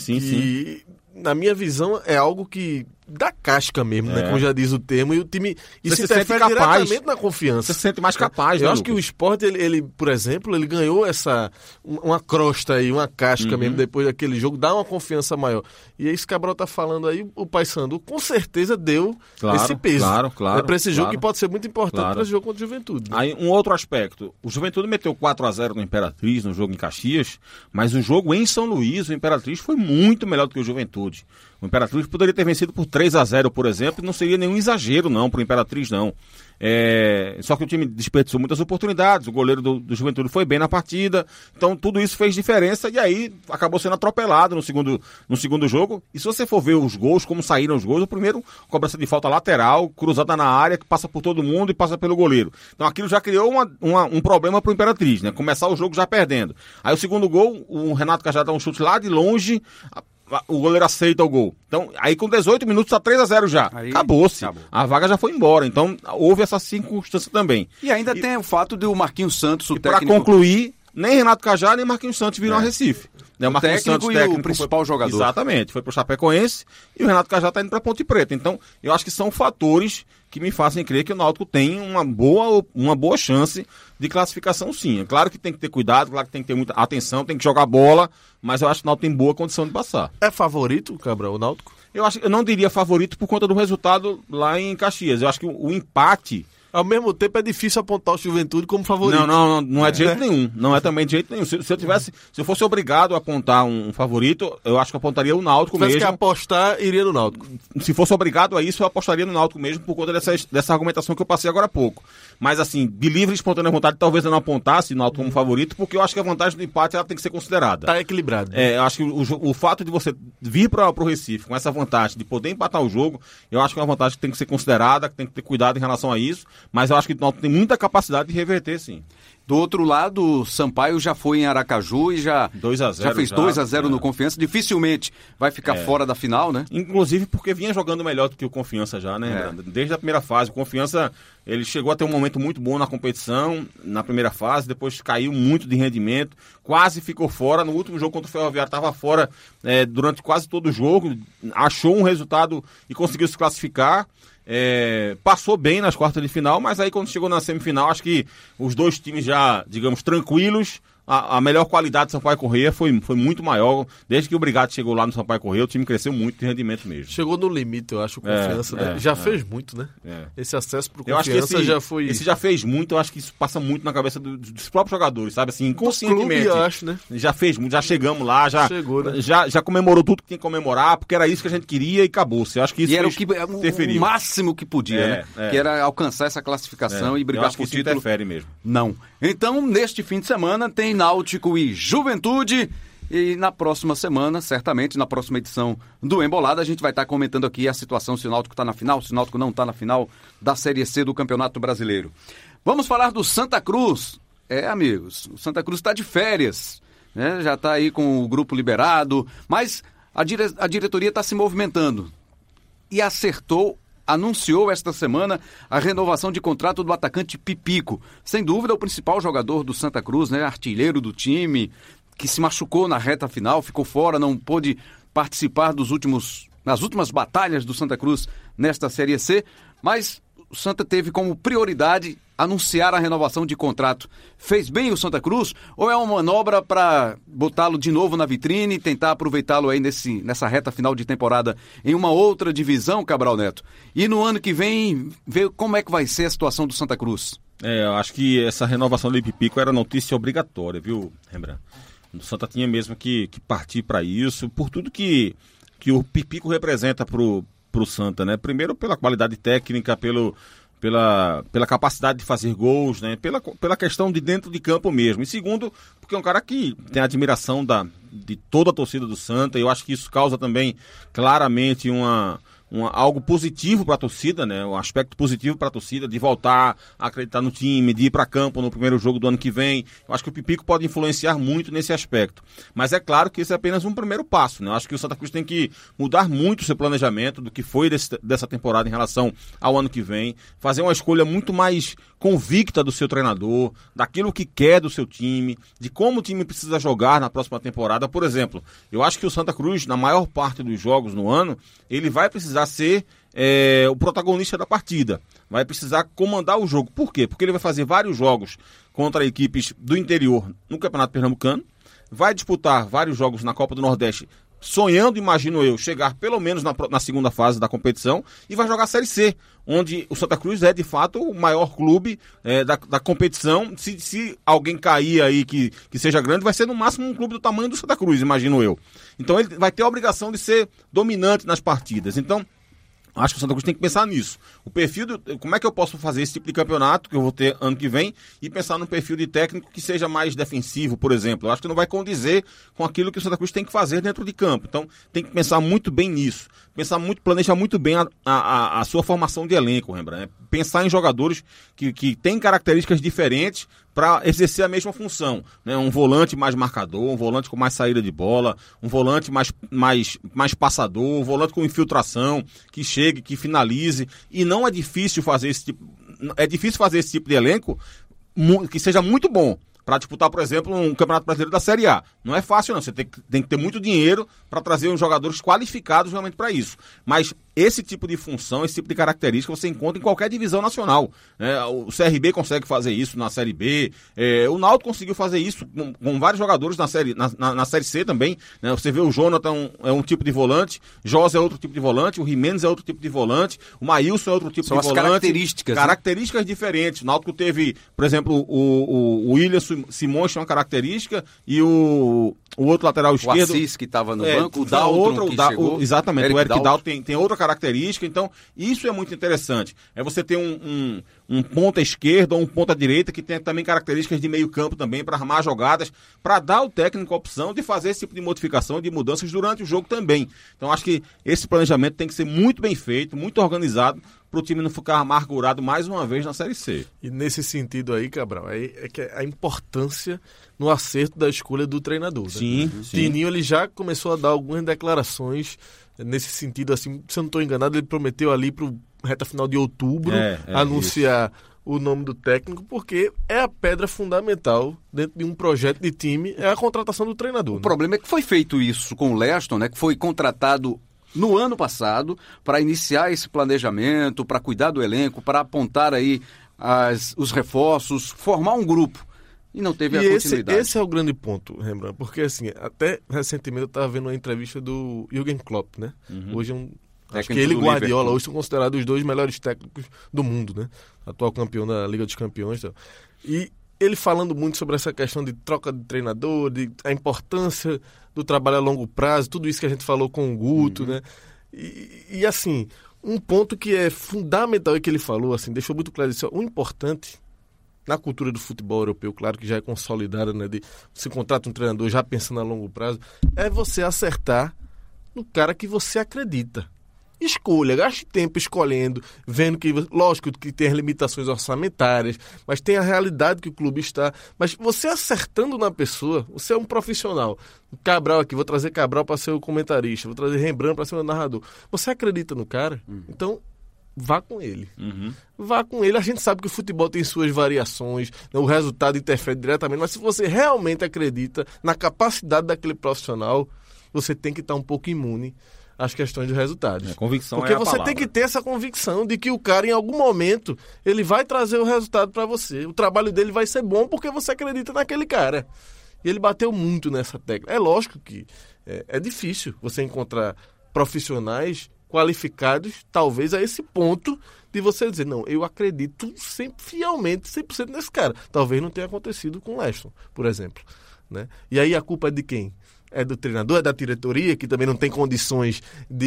Na minha visão, é algo que dá casca mesmo, né? Como já diz o termo, e o time... Isso se interfere diretamente na confiança. Você se sente mais capaz, né? Eu acho que o Sport, ele, por exemplo, ele ganhou uma crosta aí, uma casca mesmo, depois daquele jogo, dá uma confiança maior. E é isso que a Cabral tá falando aí, o Paysandu com certeza deu esse peso. Claro. Para esse jogo que pode ser muito importante para esse jogo contra o Juventude. Né? Aí, um outro aspecto, o Juventude meteu 4-0 no Imperatriz, no jogo em Caxias, mas o jogo em São Luís, o Imperatriz foi muito melhor do que o Juventude. O Imperatriz poderia ter vencido por 3-0, por exemplo, e não seria nenhum exagero, não, para o Imperatriz, não. Só que o time desperdiçou muitas oportunidades, o goleiro do Juventude foi bem na partida, então tudo isso fez diferença e aí acabou sendo atropelado no segundo jogo. E se você for ver os gols, como saíram os gols, o primeiro, cobrança de falta lateral, cruzada na área, que passa por todo mundo e passa pelo goleiro. Então aquilo já criou um problema para o Imperatriz, né? Começar o jogo já perdendo. Aí o segundo gol, o Renato Cajá dá um chute lá de longe, o goleiro aceita o gol. Então, aí com 18 minutos tá 3-0 já. Acabou-se. A vaga já foi embora. Então, houve essa circunstância também. E ainda tem o fato de o Marquinhos Santos, o técnico... Para concluir, nem Renato Cajá nem Marquinhos Santos viram a Recife. O Marquinhos Santos, técnico, o principal jogador. Exatamente. Foi pro Chapecoense e o Renato Cajá tá indo pra Ponte Preta. Então, eu acho que são fatores que me fazem crer que o Náutico tem uma boa chance de classificação, sim. É claro que tem que ter cuidado, claro que tem que ter muita atenção, tem que jogar bola, mas eu acho que o Náutico tem boa condição de passar. É favorito, Cabral, o Náutico? Eu não diria favorito por conta do resultado lá em Caxias. Eu acho que o empate... Ao mesmo tempo é difícil apontar o Juventude como favorito. Não é de jeito nenhum. Não é também de jeito nenhum. Se eu fosse obrigado a apontar um favorito, eu acho que eu apontaria o Náutico mesmo. Se tivesse que apostar, iria no Náutico. Se fosse obrigado a isso, eu apostaria no Náutico mesmo por conta dessa argumentação que eu passei agora há pouco. Mas assim, de livre e espontânea vontade, talvez eu não apontasse o Náutico como favorito, porque eu acho que a vantagem do empate ela tem que ser considerada. Tá equilibrado. Eu acho que o fato de você vir para o Recife com essa vantagem de poder empatar o jogo, eu acho que é uma vantagem que tem que ser considerada, que tem que ter cuidado em relação a isso. mas eu acho que o Náutico tem muita capacidade de reverter, sim. Do outro lado, o Sampaio já foi em Aracaju e já fez 2-0 no Confiança. Dificilmente vai ficar fora da final, né? Inclusive porque vinha jogando melhor do que o Confiança já, né? Desde a primeira fase. O Confiança, ele chegou a ter um momento muito bom na competição, na primeira fase, depois caiu muito de rendimento, quase ficou fora. No último jogo contra o Ferroviário estava fora durante quase todo o jogo, achou um resultado e conseguiu se classificar. Passou bem nas quartas de final, mas aí quando chegou na semifinal, acho que os dois times já, digamos, tranquilos, a melhor qualidade do Sampaio Corrêa foi muito maior. Desde que o Brigado chegou lá no Sampaio Corrêa, o time cresceu muito de rendimento mesmo. Chegou no limite, eu acho, o Confiança, né? Já fez muito, né? Esse acesso pro Confiança eu acho que já foi... Esse já fez muito, eu acho que isso passa muito na cabeça dos próprios jogadores, sabe? Assim, inconscientemente. Clube, eu acho, né? Já fez muito, já chegamos lá, Chegou, né? já comemorou tudo que tinha que comemorar, porque era isso que a gente queria e acabou-se. Eu acho que isso era o máximo que podia, né? Que era alcançar essa classificação e brigar por título. Interfere mesmo. Não. Então, neste fim de semana, tem Náutico e Juventude. E na próxima semana, certamente, na próxima edição do Embolada, a gente vai estar comentando aqui a situação, se o Náutico está na final, se o Náutico não está na final da Série C do Campeonato Brasileiro. Vamos falar do Santa Cruz. Amigos, o Santa Cruz está de férias, né? Já está aí com o grupo liberado, mas a diretoria está se movimentando e anunciou esta semana a renovação de contrato do atacante Pipico. Sem dúvida, o principal jogador do Santa Cruz, né? Artilheiro do time, que se machucou na reta final, ficou fora, não pôde participar nas últimas batalhas do Santa Cruz nesta Série C, mas o Santa teve como prioridade anunciar a renovação de contrato. Fez bem o Santa Cruz ou é uma manobra para botá-lo de novo na vitrine e tentar aproveitá-lo aí nessa reta final de temporada em uma outra divisão, Cabral Neto? E no ano que vem, ver como é que vai ser a situação do Santa Cruz? Eu acho que essa renovação do Pipico era notícia obrigatória, viu, Rembrandt? O Santa tinha mesmo que partir para isso, por tudo que o Pipico representa pro Santa, né? Primeiro pela qualidade técnica, pela capacidade de fazer gols, né? Pela questão de dentro de campo mesmo. E segundo, porque é um cara que tem a admiração de toda a torcida do Santa, e eu acho que isso causa também claramente algo positivo para a torcida, né? Um aspecto positivo para a torcida, de voltar a acreditar no time, de ir para campo no primeiro jogo do ano que vem. Eu acho que o Pipico pode influenciar muito nesse aspecto. Mas é claro que esse é apenas um primeiro passo, né? Eu acho que o Santa Cruz tem que mudar muito o seu planejamento do que foi dessa temporada em relação ao ano que vem, fazer uma escolha muito mais convicta do seu treinador, daquilo que quer do seu time, de como o time precisa jogar na próxima temporada. Por exemplo, eu acho que o Santa Cruz, na maior parte dos jogos no ano, ele vai precisar ser o protagonista da partida, vai precisar comandar o jogo. Por quê? Porque ele vai fazer vários jogos contra equipes do interior no Campeonato Pernambucano, vai disputar vários jogos na Copa do Nordeste, sonhando, imagino eu, chegar pelo menos na segunda fase da competição, e vai jogar a Série C, onde o Santa Cruz é de fato o maior clube da competição. Se alguém cair aí que seja grande, vai ser no máximo um clube do tamanho do Santa Cruz, imagino eu. Então ele vai ter a obrigação de ser dominante nas partidas. Então acho que o Santa Cruz tem que pensar nisso. O perfil, como é que eu posso fazer esse tipo de campeonato que eu vou ter ano que vem e pensar num perfil de técnico que seja mais defensivo, por exemplo. Eu acho que não vai condizer com aquilo que o Santa Cruz tem que fazer dentro de campo. Então tem que pensar muito bem nisso. Planejar muito bem a sua formação de elenco, Rembrandt. Pensar em jogadores que têm características diferentes para exercer a mesma função, né? Um volante mais marcador, um volante com mais saída de bola, um volante mais passador, um volante com infiltração, que chegue, que finalize. E não é difícil fazer esse tipo de elenco que seja muito bom para disputar, por exemplo, um Campeonato Brasileiro da Série A. Não é fácil, não. Você tem que ter muito dinheiro para trazer uns jogadores qualificados realmente para isso. Mas esse tipo de função, esse tipo de característica você encontra em qualquer divisão nacional. O CRB consegue fazer isso na Série B, o Náutico conseguiu fazer isso com vários jogadores na Série C também. Né? Você vê o Jonathan é um tipo de volante, José é outro tipo de volante, o Jimenez é outro tipo de volante, o Maílson é outro tipo de volante. São as características. Características diferentes. O Náutico teve, por exemplo, o William Simões tinha uma característica e o outro lateral esquerdo... O Assis, que estava no banco, o Dalton, que chegou. Exatamente, o Eric Dalton tem outra característica. Então, isso é muito interessante. É você ter um um ponta esquerda ou um ponta direita que tenha também características de meio campo também para armar jogadas, para dar ao técnico a opção de fazer esse tipo de modificação, de mudanças durante o jogo também. Então acho que esse planejamento tem que ser muito bem feito, muito organizado, para o time não ficar amargurado mais uma vez na Série C. E nesse sentido aí, Cabral, é que a importância no acerto da escolha do treinador. Sim, né? Tininho, ele já começou a dar algumas declarações nesse sentido, assim, se eu não estou enganado, ele prometeu ali para o reta final de outubro anunciar o nome do técnico, porque é a pedra fundamental dentro de um projeto de time, é a contratação do treinador. O problema é que foi feito isso com o Leston, né, que foi contratado no ano passado para iniciar esse planejamento, para cuidar do elenco, para apontar aí os reforços, formar um grupo. E não teve a continuidade. Esse é o grande ponto, Rembrandt, porque assim, até recentemente eu estava vendo uma entrevista do Jürgen Klopp, né? Hoje acho que ele e Guardiola hoje são considerados os 2 melhores técnicos do mundo, né? Atual campeão da Liga dos Campeões. Tá? E ele falando muito sobre essa questão de troca de treinador, a importância do trabalho a longo prazo, tudo isso que a gente falou com o Guto, né? E assim, um ponto que é fundamental e que ele falou, assim, deixou muito claro isso, o importante na cultura do futebol europeu, claro que já é consolidada, né, de se contrata um treinador já pensando a longo prazo, é você acertar no cara que você acredita. Escolha, gaste tempo escolhendo, vendo que, lógico que tem as limitações orçamentárias, mas tem a realidade que o clube está. Mas você acertando na pessoa, você é um profissional. Cabral aqui, vou trazer Cabral para ser o comentarista, vou trazer Rembrandt para ser o narrador. Você acredita no cara? Então, vá com ele. Vá com ele. A gente sabe que o futebol tem suas variações, né? O resultado interfere diretamente, mas se você realmente acredita na capacidade daquele profissional, você tem que estar um pouco imune às questões de resultados. Convicção porque é a você palavra. tem que ter essa convicção de que o cara, em algum momento, ele vai trazer o resultado para você. O trabalho dele vai ser bom porque você acredita naquele cara. E ele bateu muito nessa tecla. É lógico que é difícil você encontrar profissionais qualificados, talvez, a esse ponto de você dizer, não, eu acredito sempre, fielmente, 100% nesse cara. Talvez não tenha acontecido com o Leston, por exemplo. Né? E aí a culpa é de quem? É do treinador, é da diretoria, que também não tem condições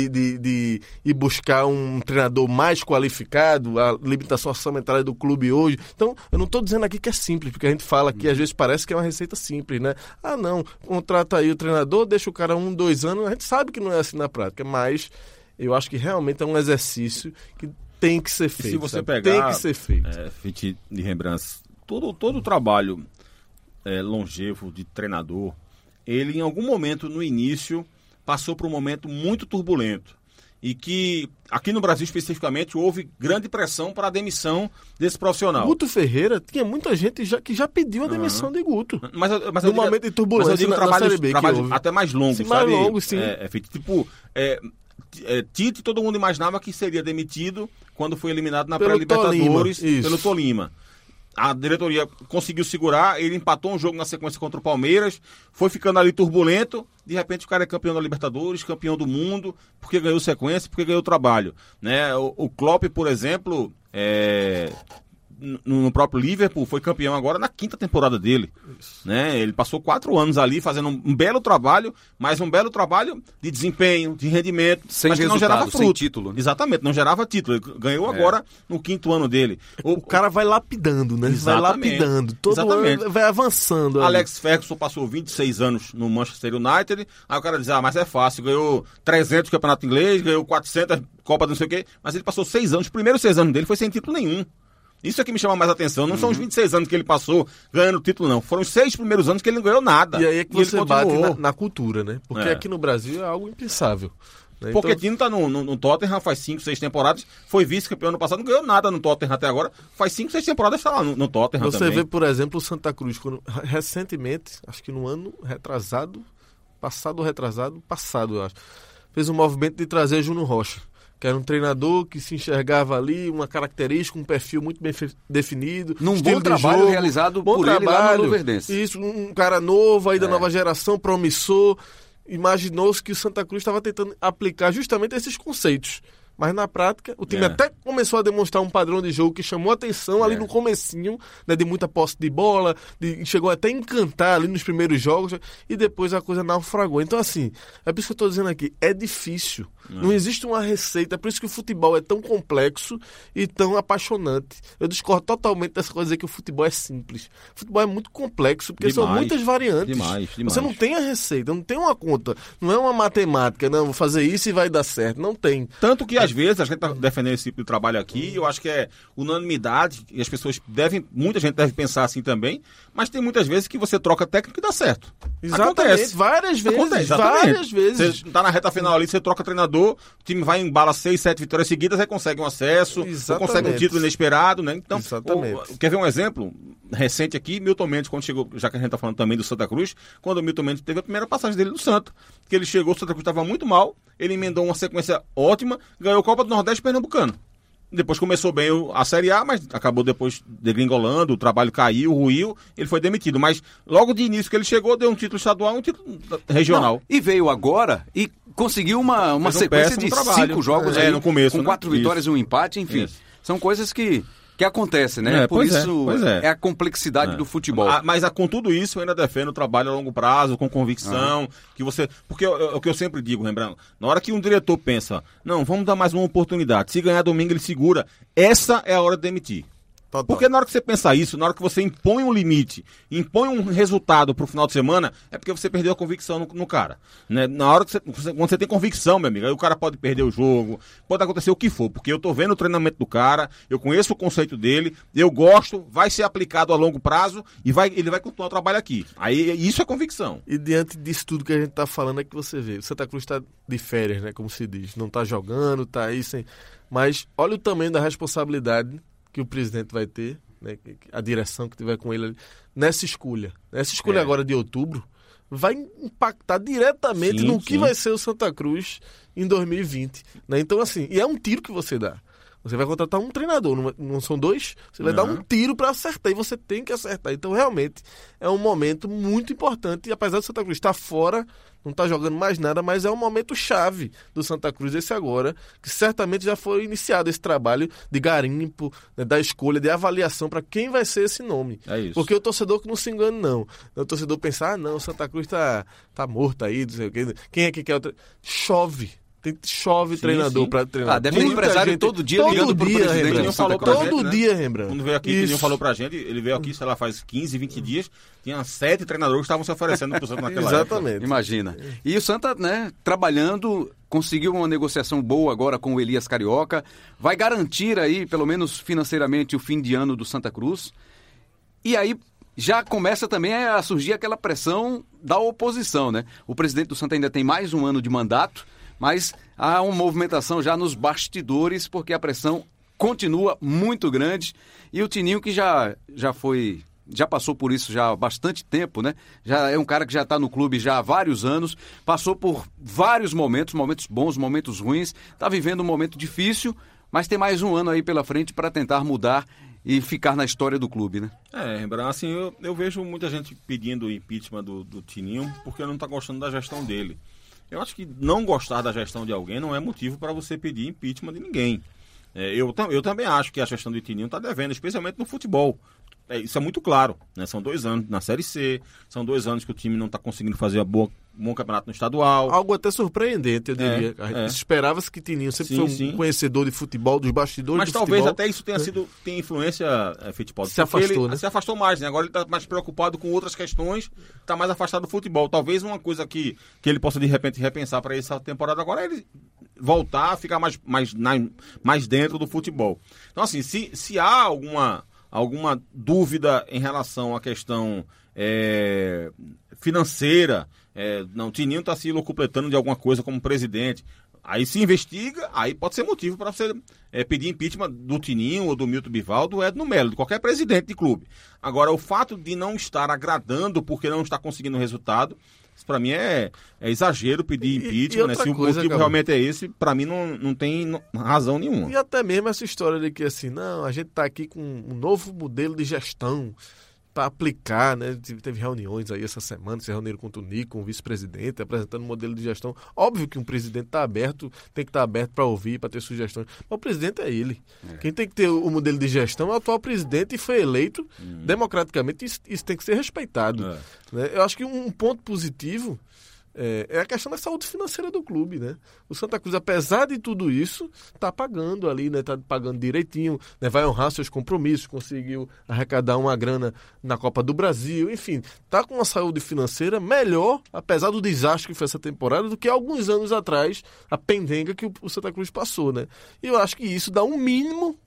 de ir buscar um treinador mais qualificado, a limitação orçamentária do clube hoje. Então, eu não estou dizendo aqui que é simples, porque a gente fala aqui, às vezes parece que é uma receita simples, né? Ah, não, contrata aí o treinador, deixa o cara 1, 2 anos, a gente sabe que não é assim na prática, mas eu acho que realmente é um exercício que tem que ser feito. Se você sabe? pegar, tem que ser feito. Fiti de Rembrandt, todo o trabalho longevo de treinador, ele em algum momento no início passou por um momento muito turbulento e que aqui no Brasil especificamente houve grande pressão para a demissão desse profissional. Guto Ferreira, tinha muita gente que já pediu a demissão de Guto. Mas no momento de turbulência, mas eu digo na Série B trabalho até mais longo, sim, sabe? Mais longo, sim. Tite, todo mundo imaginava que seria demitido quando foi eliminado na pré-Libertadores pelo Tolima. A diretoria conseguiu segurar, ele empatou um jogo na sequência contra o Palmeiras, foi ficando ali turbulento, de repente o cara é campeão da Libertadores, campeão do mundo, porque ganhou sequência, porque ganhou trabalho. Né? O Klopp, por exemplo, no próprio Liverpool, foi campeão agora na 5ª temporada dele. Né? Ele passou 4 anos ali fazendo um belo trabalho, mas um belo trabalho de desempenho, de rendimento, sem mas que não gerava fruto. Sem título. Né? Exatamente, não gerava título. Ele ganhou agora no 5º ano dele. O cara vai lapidando, né? Exatamente. Vai lapidando. Todo ano vai avançando. Alex Ferguson passou 26 anos no Manchester United. Aí o cara diz, mas é fácil. Ganhou 300 campeonato inglês, ganhou 400 Copa do não sei o quê. Mas ele passou 6 anos. Os primeiros 6 anos dele foi sem título nenhum. Isso é que me chama mais atenção. Não são os 26 anos que ele passou ganhando título, não. Foram os 6 primeiros anos que ele não ganhou nada. E aí é que você bate na cultura, né? Porque aqui no Brasil é algo impensável. Né? Pochettino está no Tottenham faz 5, 6 temporadas. Foi vice-campeão ano passado, não ganhou nada no Tottenham até agora. Faz 5, 6 temporadas está lá no Tottenham também. Você vê, por exemplo, o Santa Cruz. Recentemente, acho que no ano passado, eu acho, fez um movimento de trazer Júnior Rocha, que era um treinador que se enxergava ali, uma característica, um perfil muito bem definido. Num bom trabalho jogo, realizado por ele lá no Luverdense. Isso, um cara novo, aí da nova geração, promissor. Imaginou-se que o Santa Cruz estava tentando aplicar justamente esses conceitos. Mas na prática, o time até começou a demonstrar um padrão de jogo que chamou atenção ali no comecinho, né, de muita posse de bola, chegou até a encantar ali nos primeiros jogos, e depois a coisa naufragou. Então, assim, é por isso que eu estou dizendo aqui, é difícil. Não existe uma receita, é por isso que o futebol é tão complexo e tão apaixonante. Eu discordo totalmente dessa coisa de dizer que o futebol é simples. O futebol é muito complexo, porque são muitas variantes. Demais. Você não tem a receita, não tem uma conta, não é uma matemática, não, vou fazer isso e vai dar certo. Não tem. Tanto que às vezes a gente está defendendo esse tipo de trabalho aqui, eu acho que é unanimidade, e as pessoas muita gente deve pensar assim também, mas tem muitas vezes que você troca técnico e dá certo. Exatamente, Acontece. várias vezes. Acontece, várias vezes. Você tá na reta final ali, você troca treinador, o time vai em bala 6, 7 vitórias seguidas, aí consegue um acesso, ou consegue um título inesperado, né? Então, quer ver um exemplo recente aqui? Milton Mendes, quando chegou, já que a gente tá falando também do Santa Cruz, quando o Milton Mendes teve a primeira passagem dele no Santa, que ele chegou, o Santa Cruz estava muito mal, ele emendou uma sequência ótima, ganhou a Copa do Nordeste Pernambucano. Depois começou bem a Série A, mas acabou depois degringolando, o trabalho caiu, ruiu, ele foi demitido. Mas logo de início que ele chegou, deu um título estadual, um título regional. Não, e veio agora e conseguiu uma sequência de 5 jogos aí, no começo, com 4 vitórias e um empate, enfim. Isso. São coisas que acontecem, né? Por isso é a complexidade do futebol. Mas com tudo isso eu ainda defendo o trabalho a longo prazo, com convicção, que você... Porque o que eu sempre digo, lembrando, na hora que um diretor pensa, não, vamos dar mais uma oportunidade, se ganhar domingo ele segura, essa é a hora de demitir. Total. Porque na hora que você pensa isso, na hora que você impõe um limite, impõe um resultado pro final de semana, é porque você perdeu a convicção no cara. Né? Na hora que quando você tem convicção, meu amigo, aí o cara pode perder o jogo, pode acontecer o que for, porque eu tô vendo o treinamento do cara, eu conheço o conceito dele, eu gosto, vai ser aplicado a longo prazo e ele vai continuar o trabalho aqui. Aí isso é convicção. E diante disso tudo que a gente tá falando é que você vê, o Santa Cruz tá de férias, né, como se diz, não tá jogando, tá aí sem... Mas olha o tamanho da responsabilidade que o presidente vai ter, né, a direção que tiver com ele nessa escolha. Essa escolha agora de outubro vai impactar diretamente no que vai ser o Santa Cruz em 2020. Né? Então, assim, e é um tiro que você dá. Você vai contratar um treinador, não são dois, você vai dar um tiro para acertar, e você tem que acertar. Então, realmente, é um momento muito importante, e apesar do Santa Cruz estar fora, não está jogando mais nada, mas é um momento chave do Santa Cruz esse agora, que certamente já foi iniciado esse trabalho de garimpo, né, da escolha, de avaliação para quem vai ser esse nome. É isso. Porque o torcedor que não se engane, não. O torcedor pensar, não, o Santa Cruz tá morto aí, não sei o quê. Quem é que quer outra? Chove treinador para treinar. Deve ter empresário todo dia ligando pro presidente. Todo dia, Rembrandt. Quando veio aqui, o Tininho falou pra gente, ele veio aqui, sei lá, faz 15, 20 dias, tinha 7 treinadores que estavam se oferecendo pro Santa naquela Exatamente. época. Imagina. E o Santa, né, trabalhando, conseguiu uma negociação boa agora com o Elias Carioca, vai garantir aí, pelo menos financeiramente, o fim de ano do Santa Cruz. E aí já começa também a surgir aquela pressão da oposição, né? O presidente do Santa ainda tem mais um ano de mandato, mas há uma movimentação já nos bastidores, porque a pressão continua muito grande. E o Tininho, que já passou por isso já há bastante tempo, né? Já é um cara que já está no clube já há vários anos, passou por vários momentos bons, momentos ruins, está vivendo um momento difícil, mas tem mais um ano aí pela frente para tentar mudar e ficar na história do clube, né? Rembrandt, assim, eu vejo muita gente pedindo o impeachment do Tininho porque não está gostando da gestão dele. Eu acho que não gostar da gestão de alguém não é motivo para você pedir impeachment de ninguém. Eu também acho que a gestão do Tininho está devendo, especialmente no futebol. Isso é muito claro, né? São 2 anos na Série C, são 2 anos que o time não está conseguindo fazer bom campeonato no estadual. Algo até surpreendente, eu diria. Esperava-se que Tininho sempre foi um conhecedor de futebol, dos bastidores mas do futebol. Mas talvez até isso tenha influência, Fittipaldi. Se afastou, né? Se afastou mais, né? Agora ele está mais preocupado com outras questões, está mais afastado do futebol. Talvez uma coisa que ele possa de repente repensar para essa temporada agora é ele voltar a ficar mais dentro do futebol. Então, assim, se há alguma dúvida em relação à questão financeira, o Tininho está se locupletando de alguma coisa como presidente, aí se investiga, aí pode ser motivo para você pedir impeachment do Tininho ou do Milton Bival, do Edno Melo, de qualquer presidente de clube. Agora, o fato de não estar agradando porque não está conseguindo resultado, isso para mim é exagero pedir impeachment, né? Se o motivo realmente é esse, para mim não tem razão nenhuma. E até mesmo essa história de que assim, não, a gente está aqui com um novo modelo de gestão, aplicar, né? Teve reuniões aí essa semana, se reuniram com o Tunico, com o vice-presidente, apresentando um modelo de gestão. Óbvio que um presidente tem que estar aberto para ouvir, para ter sugestões. Mas o presidente é ele. Quem tem que ter o modelo de gestão é o atual presidente e foi eleito democraticamente. Isso tem que ser respeitado. Né? Eu acho que um ponto positivo é a questão da saúde financeira do clube, né? O Santa Cruz, apesar de tudo isso, está pagando ali, né? Está pagando direitinho, né? Vai honrar seus compromissos, conseguiu arrecadar uma grana na Copa do Brasil, enfim, está com uma saúde financeira melhor, apesar do desastre que foi essa temporada, do que alguns anos atrás, a pendenga que o Santa Cruz passou, né? E eu acho que isso dá um mínimo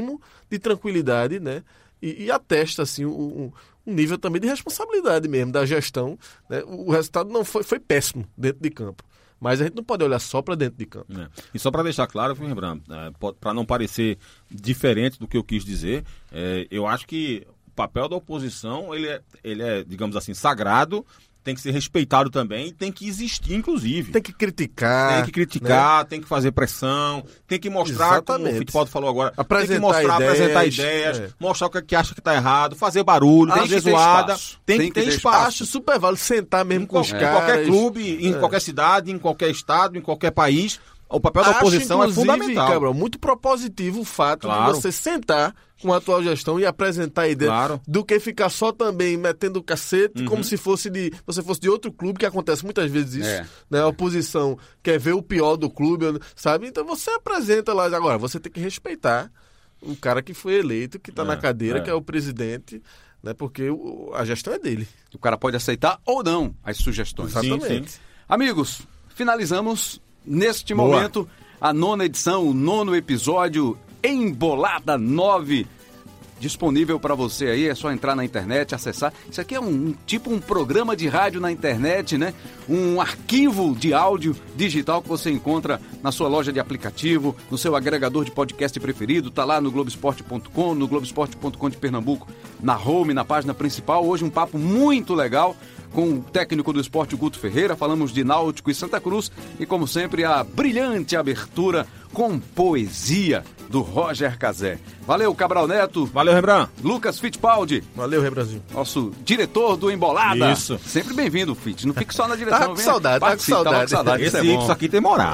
de tranquilidade, né? E atesta, assim, um nível também de responsabilidade mesmo da gestão, né? O resultado não foi péssimo dentro de campo, mas a gente não pode olhar só para dentro de campo. E só para deixar claro, lembrando, para não parecer diferente do que eu quis dizer, eu acho que o papel da oposição ele é, digamos assim, sagrado, tem que ser respeitado também, tem que existir, inclusive. Tem que criticar. Né? Tem que fazer pressão, tem que mostrar, exatamente, como o Fittipaldi falou agora, apresentar ideias, mostrar o que acha que está errado, fazer barulho, fazer zoada. Tem que ter espaço. Acho super válido sentar mesmo com os caras. Em qualquer clube, em qualquer cidade, em qualquer estado, em qualquer país. O papel da oposição é fundamental. Cabral, muito propositivo o fato de você sentar com a atual gestão e apresentar a ideia do que ficar só também metendo o cacete, como se você fosse de outro clube, que acontece muitas vezes isso. Né? A oposição quer ver o pior do clube, sabe? Então você apresenta lá. Agora, você tem que respeitar o cara que foi eleito, que está na cadeira, que é o presidente, né? Porque a gestão é dele. O cara pode aceitar ou não as sugestões. Exatamente. Sim. Amigos, finalizamos neste momento a 9ª edição, o 9º episódio, Embolada 9, disponível para você aí, é só entrar na internet, acessar. Isso aqui é um programa de rádio na internet, né? Um arquivo de áudio digital que você encontra na sua loja de aplicativo, no seu agregador de podcast preferido, tá lá no Globoesporte.com, no Globoesporte.com de Pernambuco, na home, na página principal. Hoje um papo muito legal com o técnico do esporte, o Guto Ferreira. Falamos de Náutico e Santa Cruz e, como sempre, a brilhante abertura com poesia do Roger Cazé. Valeu, Cabral Neto. Valeu, Rembrandt. Lucas Fittipaldi. Valeu, Rembrandtzinho. Nosso diretor do Embolada. Isso. Sempre bem-vindo, Fitt. Não fique só na direção. Tá com saudade. Esse Ipso aqui tem moral.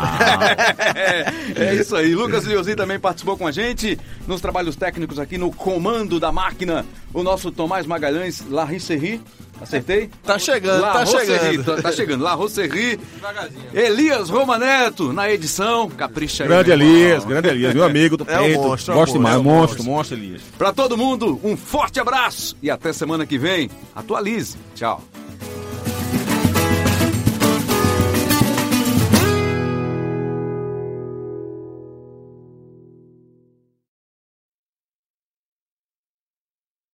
É isso aí. Lucas Leozzi também participou com a gente nos trabalhos técnicos aqui no comando da máquina. O nosso Tomás Magalhães, Larry. Acertei? Tá chegando. Tá chegando. La Rosserri. Elias Romaneto na edição. Capricha aí. Grande Elias, meu amigo do peito. Um monstro. Gosto demais, monstro, Elias. Pra todo mundo, um forte abraço e até semana que vem. Atualize. Tchau.